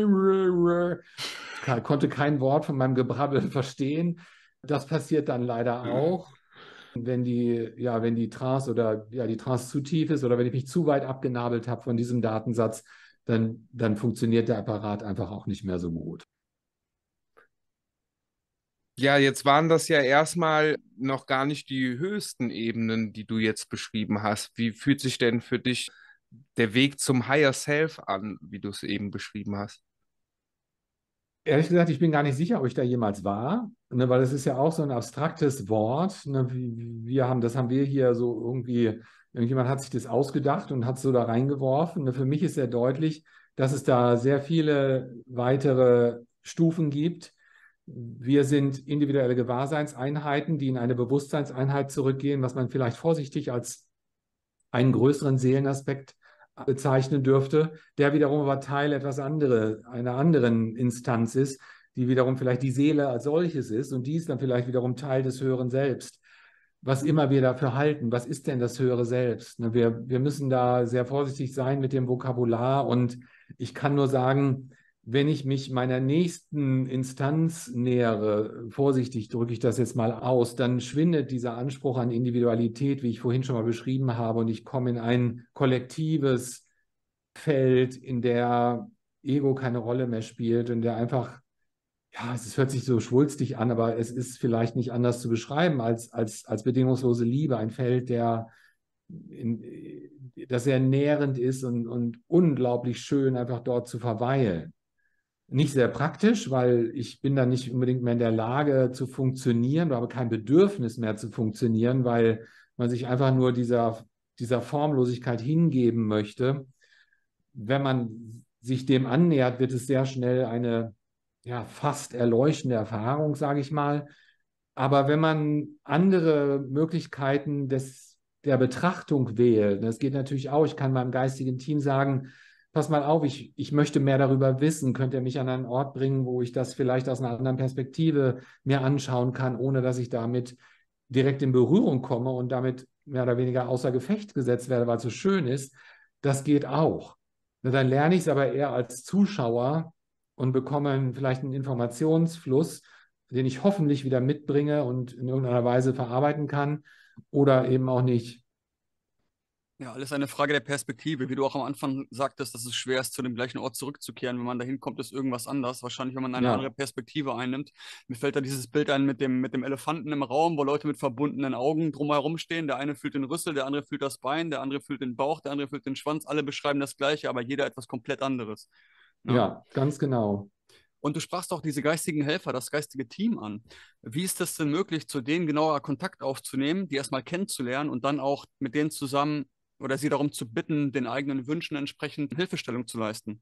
ich konnte kein Wort von meinem Gebrabbel verstehen. Das passiert dann leider auch, wenn die, ja, wenn die Trance oder ja, die Trance zu tief ist oder wenn ich mich zu weit abgenabelt habe von diesem Datensatz, dann, dann funktioniert der Apparat einfach auch nicht mehr so gut.
Ja, jetzt waren das ja erstmal noch gar nicht die höchsten Ebenen, die du jetzt beschrieben hast. Wie fühlt sich denn für dich der Weg zum Higher Self an, wie du es eben beschrieben hast?
Ehrlich gesagt, ich bin gar nicht sicher, ob ich da jemals war, ne, weil es ist ja auch so ein abstraktes Wort. Ne, wir haben, das haben wir hier so irgendwie, irgendjemand hat sich das ausgedacht und hat es so da reingeworfen. Ne, für mich ist sehr deutlich, dass es da sehr viele weitere Stufen gibt. Wir sind individuelle Gewahrseinseinheiten, die in eine Bewusstseinseinheit zurückgehen, was man vielleicht vorsichtig als einen größeren Seelenaspekt bezeichnen dürfte, der wiederum aber Teil etwas andere, einer anderen Instanz ist, die wiederum vielleicht die Seele als solches ist, und die ist dann vielleicht wiederum Teil des höheren Selbst. Was immer wir dafür halten, was ist denn das höhere Selbst? Wir, wir müssen da sehr vorsichtig sein mit dem Vokabular, und ich kann nur sagen, wenn ich mich meiner nächsten Instanz nähere, vorsichtig drücke ich das jetzt mal aus, dann schwindet dieser Anspruch an Individualität, wie ich vorhin schon mal beschrieben habe, und ich komme in ein kollektives Feld, in der Ego keine Rolle mehr spielt, in der einfach, ja, es hört sich so schwulstig an, aber es ist vielleicht nicht anders zu beschreiben als, als, als bedingungslose Liebe, ein Feld, der in, das sehr nährend ist und, und unglaublich schön, einfach dort zu verweilen. Nicht sehr praktisch, weil ich bin dann nicht unbedingt mehr in der Lage zu funktionieren, oder habe kein Bedürfnis mehr zu funktionieren, weil man sich einfach nur dieser, dieser Formlosigkeit hingeben möchte. Wenn man sich dem annähert, wird es sehr schnell eine ja, fast erleuchtende Erfahrung, sage ich mal. Aber wenn man andere Möglichkeiten des, der Betrachtung wählt, das geht natürlich auch, ich kann meinem geistigen Team sagen, pass mal auf, ich, ich möchte mehr darüber wissen, könnt ihr mich an einen Ort bringen, wo ich das vielleicht aus einer anderen Perspektive mir anschauen kann, ohne dass ich damit direkt in Berührung komme und damit mehr oder weniger außer Gefecht gesetzt werde, weil es so schön ist. Das geht auch. Dann lerne ich es aber eher als Zuschauer und bekomme vielleicht einen Informationsfluss, den ich hoffentlich wieder mitbringe und in irgendeiner Weise verarbeiten kann oder eben auch nicht.
Ja, alles eine Frage der Perspektive. Wie du auch am Anfang sagtest, dass es schwer ist, zu dem gleichen Ort zurückzukehren. Wenn man dahin kommt, ist irgendwas anders. Wahrscheinlich, wenn man eine andere
Ja,
Perspektive einnimmt. Mir fällt da dieses Bild ein mit dem, mit dem Elefanten im Raum, wo Leute mit verbundenen Augen drumherum stehen. Der eine fühlt den Rüssel, der andere fühlt das Bein, der andere fühlt den Bauch, der andere fühlt den Schwanz. Alle beschreiben das Gleiche, aber jeder etwas komplett anderes. Ne?
ja, ganz genau.
Und du sprachst auch diese geistigen Helfer, das geistige Team an. Wie ist es denn möglich, zu denen genauer Kontakt aufzunehmen, die erstmal kennenzulernen und dann auch mit denen zusammen oder sie darum zu bitten, den eigenen Wünschen entsprechend Hilfestellung zu leisten?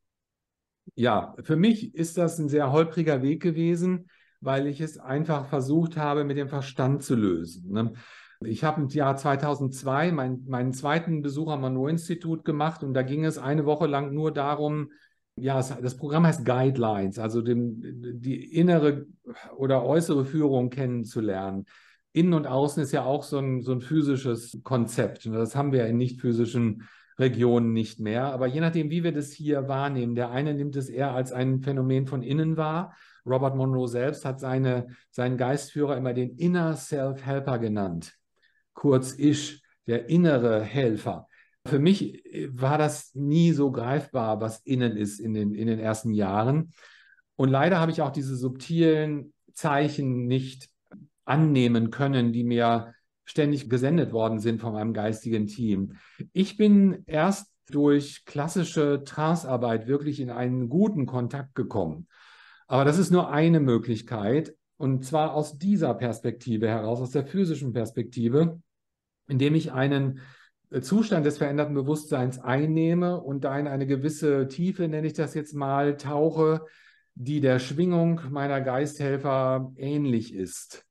Ja, für mich ist das ein sehr holpriger Weg gewesen, weil ich es einfach versucht habe, mit dem Verstand zu lösen. Ne? Ich habe im Jahr zweitausendzwei mein, meinen zweiten Besuch am Monroe-Institut gemacht und da ging es eine Woche lang nur darum, ja, es, das Programm heißt Guidelines, also dem, die innere oder äußere Führung kennenzulernen. Innen und Außen ist ja auch so ein, so ein physisches Konzept. Das haben wir ja in nicht physischen Regionen nicht mehr. Aber je nachdem, wie wir das hier wahrnehmen, der eine nimmt es eher als ein Phänomen von innen wahr. Robert Monroe selbst hat seine, seinen Geistführer immer den Inner Self-Helper genannt. Kurz Ish, der innere Helfer. Für mich war das nie so greifbar, was innen ist in den, in den ersten Jahren. Und leider habe ich auch diese subtilen Zeichen nicht annehmen können, die mir ständig gesendet worden sind von meinem geistigen Team. Ich bin erst durch klassische Trancearbeit wirklich in einen guten Kontakt gekommen. Aber das ist nur eine Möglichkeit, und zwar aus dieser Perspektive heraus, aus der physischen Perspektive, indem ich einen Zustand des veränderten Bewusstseins einnehme und da in eine gewisse Tiefe, nenne ich das jetzt mal, tauche, die der Schwingung meiner Geisthelfer ähnlich ist.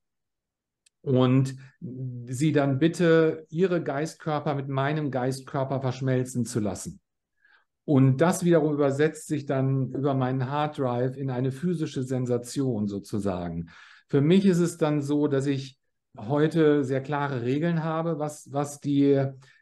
Und sie dann bitte, ihre Geistkörper mit meinem Geistkörper verschmelzen zu lassen. Und das wiederum übersetzt sich dann über meinen Harddrive in eine physische Sensation sozusagen. Für mich ist es dann so, dass ich heute sehr klare Regeln habe, was, was die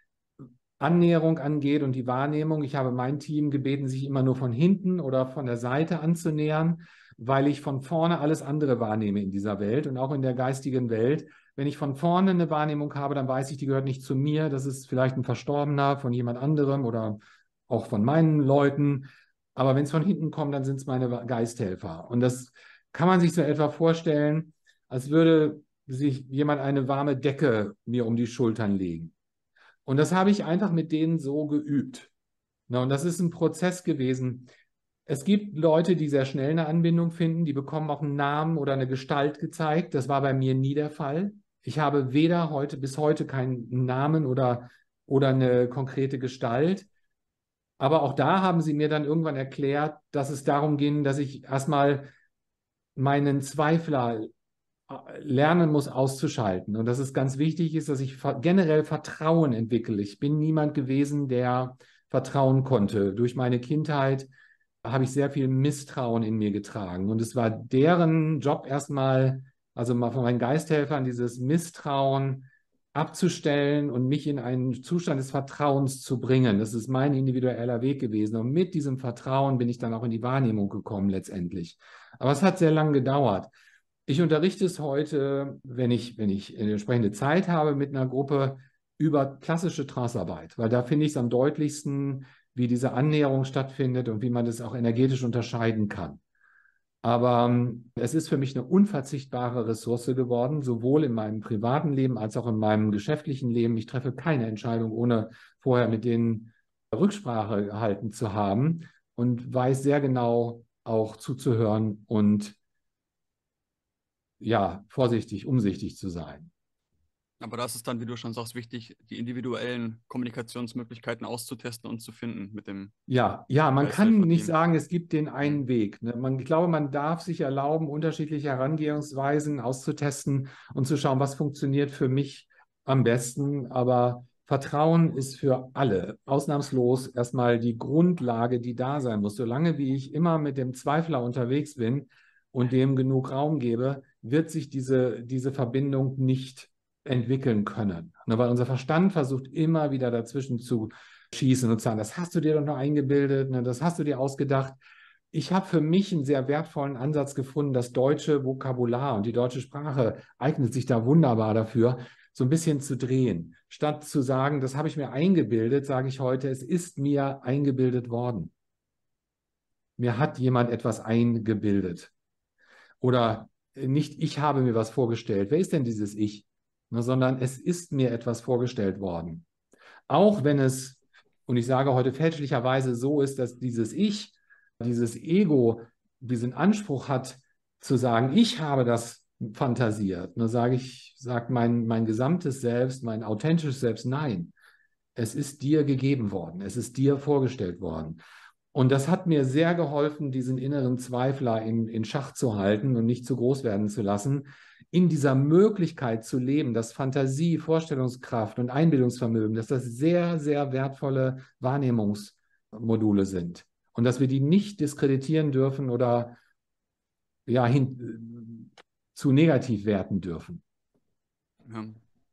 Annäherung angeht und die Wahrnehmung. Ich habe mein Team gebeten, sich immer nur von hinten oder von der Seite anzunähern, weil ich von vorne alles andere wahrnehme in dieser Welt und auch in der geistigen Welt. Wenn ich von vorne eine Wahrnehmung habe, dann weiß ich, die gehört nicht zu mir. Das ist vielleicht ein Verstorbener von jemand anderem oder auch von meinen Leuten. Aber wenn es von hinten kommt, dann sind es meine Geisthelfer. Und das kann man sich so etwa vorstellen, als würde sich jemand eine warme Decke mir um die Schultern legen. Und das habe ich einfach mit denen so geübt. Na, und das ist ein Prozess gewesen. Es gibt Leute, die sehr schnell eine Anbindung finden, die bekommen auch einen Namen oder eine Gestalt gezeigt. Das war bei mir nie der Fall. Ich habe weder heute bis heute keinen Namen oder, oder eine konkrete Gestalt. Aber auch da haben sie mir dann irgendwann erklärt, dass es darum ging, dass ich erstmal meinen Zweifler lernen muss auszuschalten und dass es ganz wichtig ist, dass ich generell Vertrauen entwickle. Ich bin niemand gewesen, der vertrauen konnte. Durch meine Kindheit habe ich sehr viel Misstrauen in mir getragen und es war deren Job erstmal, also mal von meinen Geisthelfern, dieses Misstrauen abzustellen und mich in einen Zustand des Vertrauens zu bringen. Das ist mein individueller Weg gewesen und mit diesem Vertrauen bin ich dann auch in die Wahrnehmung gekommen letztendlich. Aber es hat sehr lange gedauert. Ich unterrichte es heute, wenn ich, wenn ich eine entsprechende Zeit habe mit einer Gruppe, über klassische Trancearbeit, weil da finde ich es am deutlichsten, wie diese Annäherung stattfindet und wie man das auch energetisch unterscheiden kann. Aber ähm, es ist für mich eine unverzichtbare Ressource geworden, sowohl in meinem privaten Leben als auch in meinem geschäftlichen Leben. Ich treffe keine Entscheidung, ohne vorher mit denen Rücksprache gehalten zu haben und weiß sehr genau auch zuzuhören und ja, vorsichtig, umsichtig zu sein.
Aber das ist dann, wie du schon sagst, wichtig, die individuellen Kommunikationsmöglichkeiten auszutesten und zu finden mit dem
Ja, ja, man kann nicht
Geisthelfer-Team.
sagen, es gibt den einen
Mhm.
Weg. Ne? Man, ich glaube, man darf sich erlauben, unterschiedliche Herangehensweisen auszutesten und zu schauen, was funktioniert für mich am besten. Aber Vertrauen ist für alle ausnahmslos erstmal die Grundlage, die da sein muss. Solange wie ich immer mit dem Zweifler unterwegs bin und dem genug Raum gebe, wird sich diese, diese Verbindung nicht entwickeln können. Ne? Weil unser Verstand versucht immer wieder dazwischen zu schießen und sagen, das hast du dir doch noch eingebildet, ne, das hast du dir ausgedacht. Ich habe für mich einen sehr wertvollen Ansatz gefunden. Das deutsche Vokabular und die deutsche Sprache eignet sich da wunderbar dafür, so ein bisschen zu drehen. Statt zu sagen, das habe ich mir eingebildet, sage ich heute, es ist mir eingebildet worden. Mir hat jemand etwas eingebildet. Oder nicht, ich habe mir was vorgestellt. Wer ist denn dieses Ich? Ne, sondern es ist mir etwas vorgestellt worden. Auch wenn es, und ich sage heute fälschlicherweise so ist, dass dieses Ich, dieses Ego, diesen Anspruch hat, zu sagen, ich habe das fantasiert. Nur sage ich, sagt mein, mein gesamtes Selbst, mein authentisches Selbst, nein, es ist dir gegeben worden, es ist dir vorgestellt worden. Und das hat mir sehr geholfen, diesen inneren Zweifler in, in Schach zu halten und nicht zu groß werden zu lassen, in dieser Möglichkeit zu leben, dass Fantasie, Vorstellungskraft und Einbildungsvermögen, dass das sehr, sehr wertvolle Wahrnehmungsmodule sind und dass wir die nicht diskreditieren dürfen oder ja, hin, zu negativ werten dürfen.
Ja.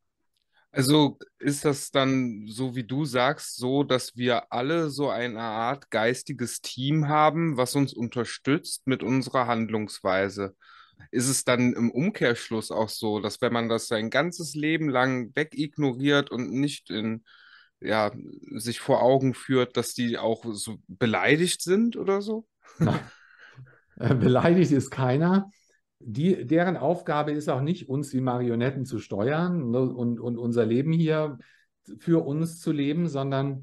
Also ist das dann, so wie du sagst, so, dass wir alle so eine Art geistiges Team haben, was uns unterstützt mit unserer Handlungsweise? Ist es dann im Umkehrschluss auch so, dass wenn man das sein ganzes Leben lang wegignoriert und nicht in, ja, sich vor Augen führt, dass die auch so beleidigt sind oder so?
Nein, beleidigt ist keiner. Die, deren Aufgabe ist auch nicht, uns wie Marionetten zu steuern, ne, und, und unser Leben hier für uns zu leben, sondern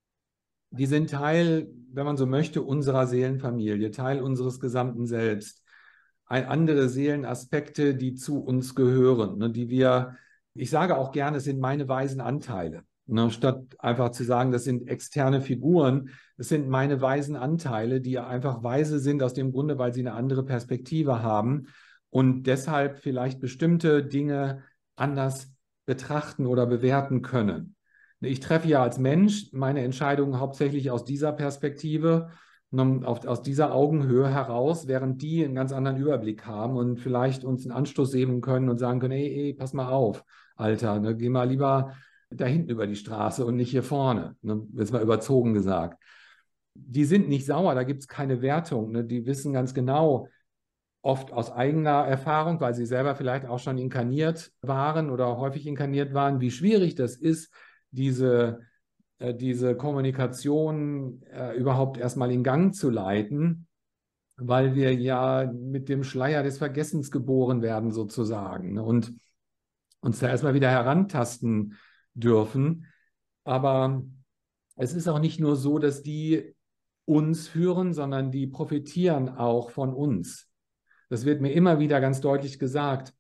die sind Teil, wenn man so möchte, unserer Seelenfamilie, Teil unseres gesamten Selbst. Ein, andere Seelenaspekte, die zu uns gehören, ne, die wir, ich sage auch gerne, es sind meine weisen Anteile. Ne, statt einfach zu sagen, das sind externe Figuren, es sind meine weisen Anteile, die einfach weise sind aus dem Grunde, weil sie eine andere Perspektive haben und deshalb vielleicht bestimmte Dinge anders betrachten oder bewerten können. Ich treffe ja als Mensch meine Entscheidungen hauptsächlich aus dieser Perspektive, auf, aus dieser Augenhöhe heraus, während die einen ganz anderen Überblick haben und vielleicht uns einen Anstoß geben können und sagen können, ey, ey, pass mal auf, Alter, ne, geh mal lieber da hinten über die Straße und nicht hier vorne, ne, jetzt mal überzogen gesagt. Die sind nicht sauer, da gibt es keine Wertung, ne, die wissen ganz genau, oft aus eigener Erfahrung, weil sie selber vielleicht auch schon inkarniert waren oder häufig inkarniert waren, wie schwierig das ist, diese, äh, diese Kommunikation äh, überhaupt erstmal in Gang zu leiten, weil wir ja mit dem Schleier des Vergessens geboren werden sozusagen, ne, und uns da erstmal wieder herantasten dürfen. Aber es ist auch nicht nur so, dass die uns führen, sondern die profitieren auch von uns. Das wird mir immer wieder ganz deutlich gesagt.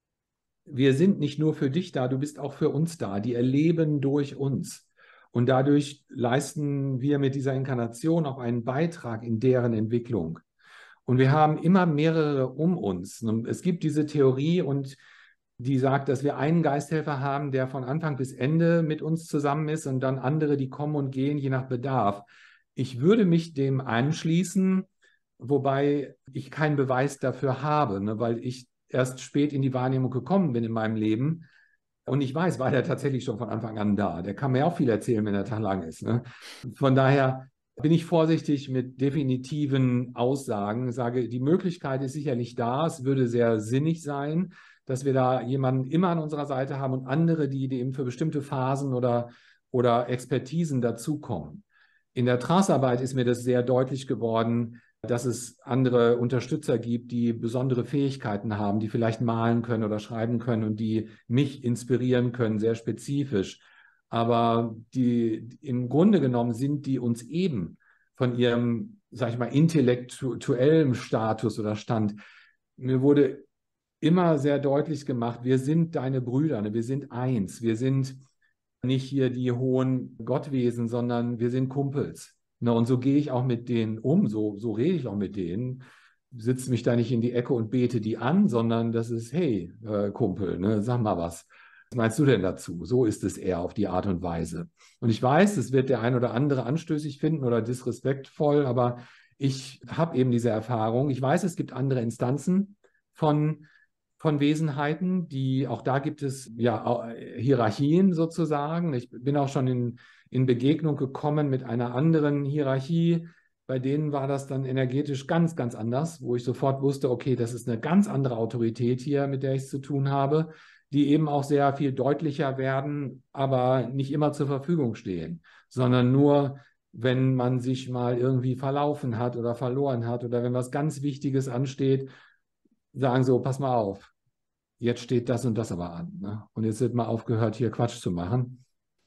Wir sind nicht nur für dich da, du bist auch für uns da. Die erleben durch uns. Und dadurch leisten wir mit dieser Inkarnation auch einen Beitrag in deren Entwicklung. Und wir haben immer mehrere um uns. Es gibt diese Theorie, und die sagt, dass wir einen Geisthelfer haben, der von Anfang bis Ende mit uns zusammen ist und dann andere, die kommen und gehen, je nach Bedarf. Ich würde mich dem anschließen, wobei ich keinen Beweis dafür habe, ne, weil ich erst spät in die Wahrnehmung gekommen bin in meinem Leben. Und ich weiß, war der tatsächlich schon von Anfang an da. Der kann mir auch viel erzählen, wenn der Tag lang ist. Ne? Von daher bin ich vorsichtig mit definitiven Aussagen. Ich sage, die Möglichkeit ist sicherlich da. Es würde sehr sinnig sein, dass wir da jemanden immer an unserer Seite haben und andere, die, die eben für bestimmte Phasen oder, oder Expertisen dazukommen. In der Trance-Arbeit ist mir das sehr deutlich geworden, dass es andere Unterstützer gibt, die besondere Fähigkeiten haben, die vielleicht malen können oder schreiben können und die mich inspirieren können, sehr spezifisch. Aber die, im Grunde genommen sind die uns eben von ihrem, sag ich mal, intellektuellen Status oder Stand. Mir wurde immer sehr deutlich gemacht, wir sind deine Brüder, ne? Wir sind eins, wir sind nicht hier die hohen Gottwesen, sondern wir sind Kumpels. Ne? Und so gehe ich auch mit denen um, so, so rede ich auch mit denen. Sitze mich da nicht in die Ecke und bete die an, sondern das ist, hey, äh, Kumpel, ne? Sag mal was. Was meinst du denn dazu? So ist es eher auf die Art und Weise. Und ich weiß, es wird der ein oder andere anstößig finden oder disrespektvoll, aber ich habe eben diese Erfahrung. Ich weiß, es gibt andere Instanzen von von Wesenheiten, die auch da gibt es ja Hierarchien sozusagen. Ich bin auch schon in, in Begegnung gekommen mit einer anderen Hierarchie. Bei denen war das dann energetisch ganz, ganz anders, wo ich sofort wusste, okay, das ist eine ganz andere Autorität hier, mit der ich es zu tun habe, die eben auch sehr viel deutlicher werden, aber nicht immer zur Verfügung stehen, sondern nur, wenn man sich mal irgendwie verlaufen hat oder verloren hat oder wenn was ganz Wichtiges ansteht, sagen so, pass mal auf, jetzt steht das und das aber an. Ne? Und jetzt wird mal aufgehört, hier Quatsch zu machen.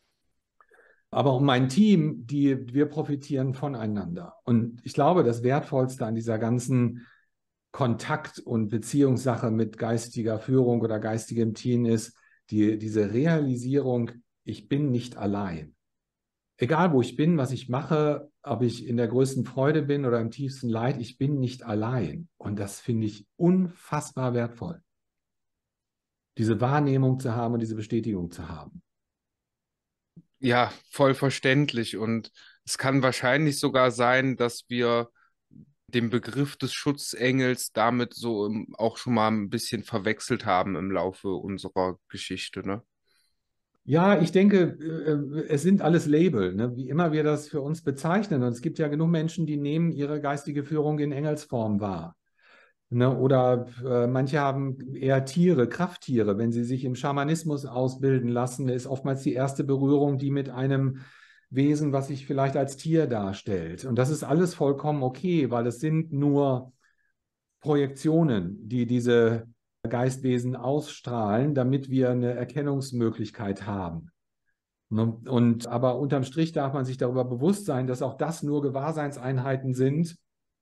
Aber um mein Team, die, wir profitieren voneinander. Und ich glaube, das Wertvollste an dieser ganzen Kontakt- und Beziehungssache mit geistiger Führung oder geistigem Team ist die, diese Realisierung, ich bin nicht allein. Egal, wo ich bin, was ich mache, ob ich in der größten Freude bin oder im tiefsten Leid, ich bin nicht allein. Und das finde ich unfassbar wertvoll, diese Wahrnehmung zu haben und diese Bestätigung zu haben.
Ja, voll verständlich. Und es kann wahrscheinlich sogar sein, dass wir den Begriff des Schutzengels damit so im, auch schon mal ein bisschen verwechselt haben im Laufe unserer Geschichte, ne?
Ja, ich denke, äh, es sind alles Label, ne? Wie immer wir das für uns bezeichnen. Und es gibt ja genug Menschen, die nehmen ihre geistige Führung in Engelsform wahr. Ne? Oder äh, manche haben eher Tiere, Krafttiere. Wenn sie sich im Schamanismus ausbilden lassen, ist oftmals die erste Berührung die mit einem Wesen, was sich vielleicht als Tier darstellt. Und das ist alles vollkommen okay, weil es sind nur Projektionen, die diese Geistwesen ausstrahlen, damit wir eine Erkennungsmöglichkeit haben. Ne? Und aber unterm Strich darf man sich darüber bewusst sein, dass auch das nur Gewahrseinseinheiten sind,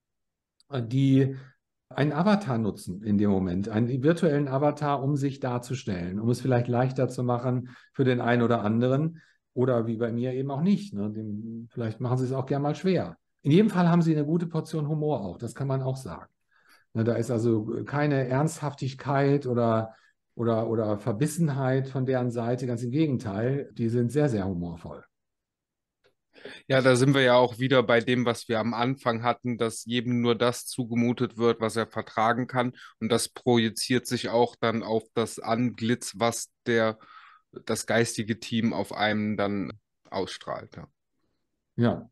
die einen Avatar nutzen in dem Moment, einen virtuellen Avatar, um sich darzustellen, um es vielleicht leichter zu machen für den einen oder anderen oder wie bei mir eben auch nicht. Ne? Dem, vielleicht machen sie es auch gerne mal schwer. In jedem Fall haben sie eine gute Portion Humor auch, das kann man auch sagen. Ne, da ist also keine Ernsthaftigkeit oder, oder, oder Verbissenheit von deren Seite, ganz im Gegenteil, die sind sehr, sehr humorvoll.
Ja, da sind wir ja auch wieder bei dem, was wir am Anfang hatten, dass jedem nur das zugemutet wird, was er vertragen kann. Und das projiziert sich auch dann auf das Antlitz, was der, das geistige Team auf einem dann ausstrahlt. Ja.
Ja.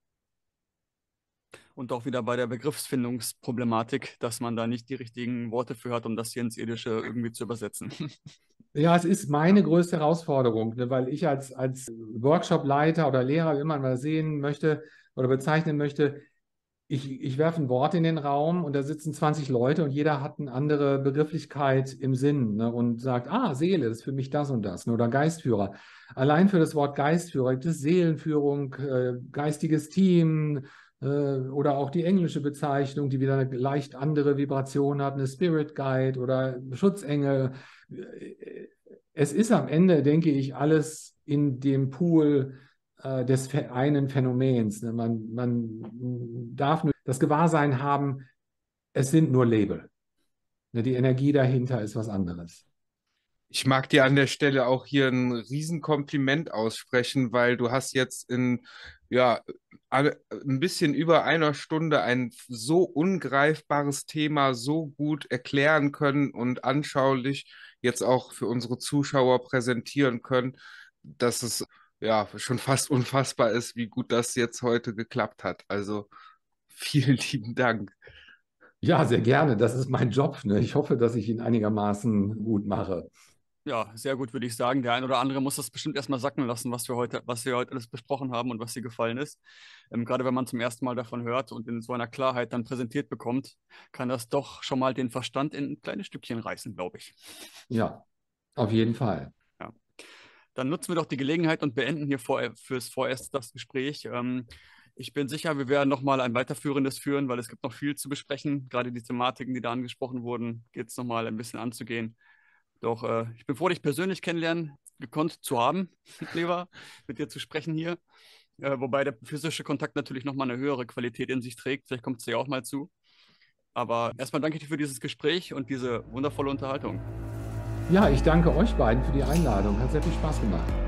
Und auch wieder bei der Begriffsfindungsproblematik, dass man da nicht die richtigen Worte für hat, um das hier ins Irdische irgendwie zu übersetzen.
Ja, es ist meine größte Herausforderung, ne, weil ich als, als Workshop-Leiter oder Lehrer, wie man mal sehen möchte oder bezeichnen möchte, ich, ich werfe ein Wort in den Raum und da sitzen zwanzig Leute und jeder hat eine andere Begrifflichkeit im Sinn, ne, und sagt, ah, Seele, das ist für mich das und das, ne, oder Geistführer. Allein für das Wort Geistführer gibt es Seelenführung, äh, geistiges Team, äh, oder auch die englische Bezeichnung, die wieder eine leicht andere Vibration hat, eine Spirit Guide oder Schutzengel. Es ist am Ende, denke ich, alles in dem Pool äh, des einen Phänomens. Ne? Man, man darf nur das Gewahrsein haben, es sind nur Label. Ne? Die Energie dahinter ist was anderes.
Ich mag dir an der Stelle auch hier ein Riesenkompliment aussprechen, weil du hast jetzt in ja alle- ein bisschen über einer Stunde ein so ungreifbares Thema so gut erklären können und anschaulich jetzt auch für unsere Zuschauer präsentieren können, dass es ja schon fast unfassbar ist, wie gut das jetzt heute geklappt hat. Also vielen lieben Dank.
Ja, sehr gerne. Das ist mein Job. Ne? Ich hoffe, dass ich ihn einigermaßen gut mache.
Ja, sehr gut, würde ich sagen. Der ein oder andere muss das bestimmt erstmal sacken lassen, was wir heute, was wir heute alles besprochen haben und was dir gefallen ist. Ähm, gerade wenn man zum ersten Mal davon hört und in so einer Klarheit dann präsentiert bekommt, kann das doch schon mal den Verstand in ein kleines Stückchen reißen, glaube ich.
Ja, auf jeden Fall.
Ja. Dann nutzen wir doch die Gelegenheit und beenden hier vor, fürs vorerst das Gespräch. Ähm, Ich bin sicher, wir werden nochmal ein weiterführendes führen, weil es gibt noch viel zu besprechen. Gerade die Thematiken, die da angesprochen wurden, geht es nochmal ein bisschen anzugehen. Doch äh, ich bin froh, dich persönlich kennenlernen gekonnt zu haben, Lever, mit dir zu sprechen hier. Äh, wobei der physische Kontakt natürlich nochmal eine höhere Qualität in sich trägt. Vielleicht kommt es dir ja auch mal zu. Aber erstmal danke ich dir für dieses Gespräch und diese wundervolle Unterhaltung.
Ja, ich danke euch beiden für die Einladung. Hat sehr viel Spaß gemacht.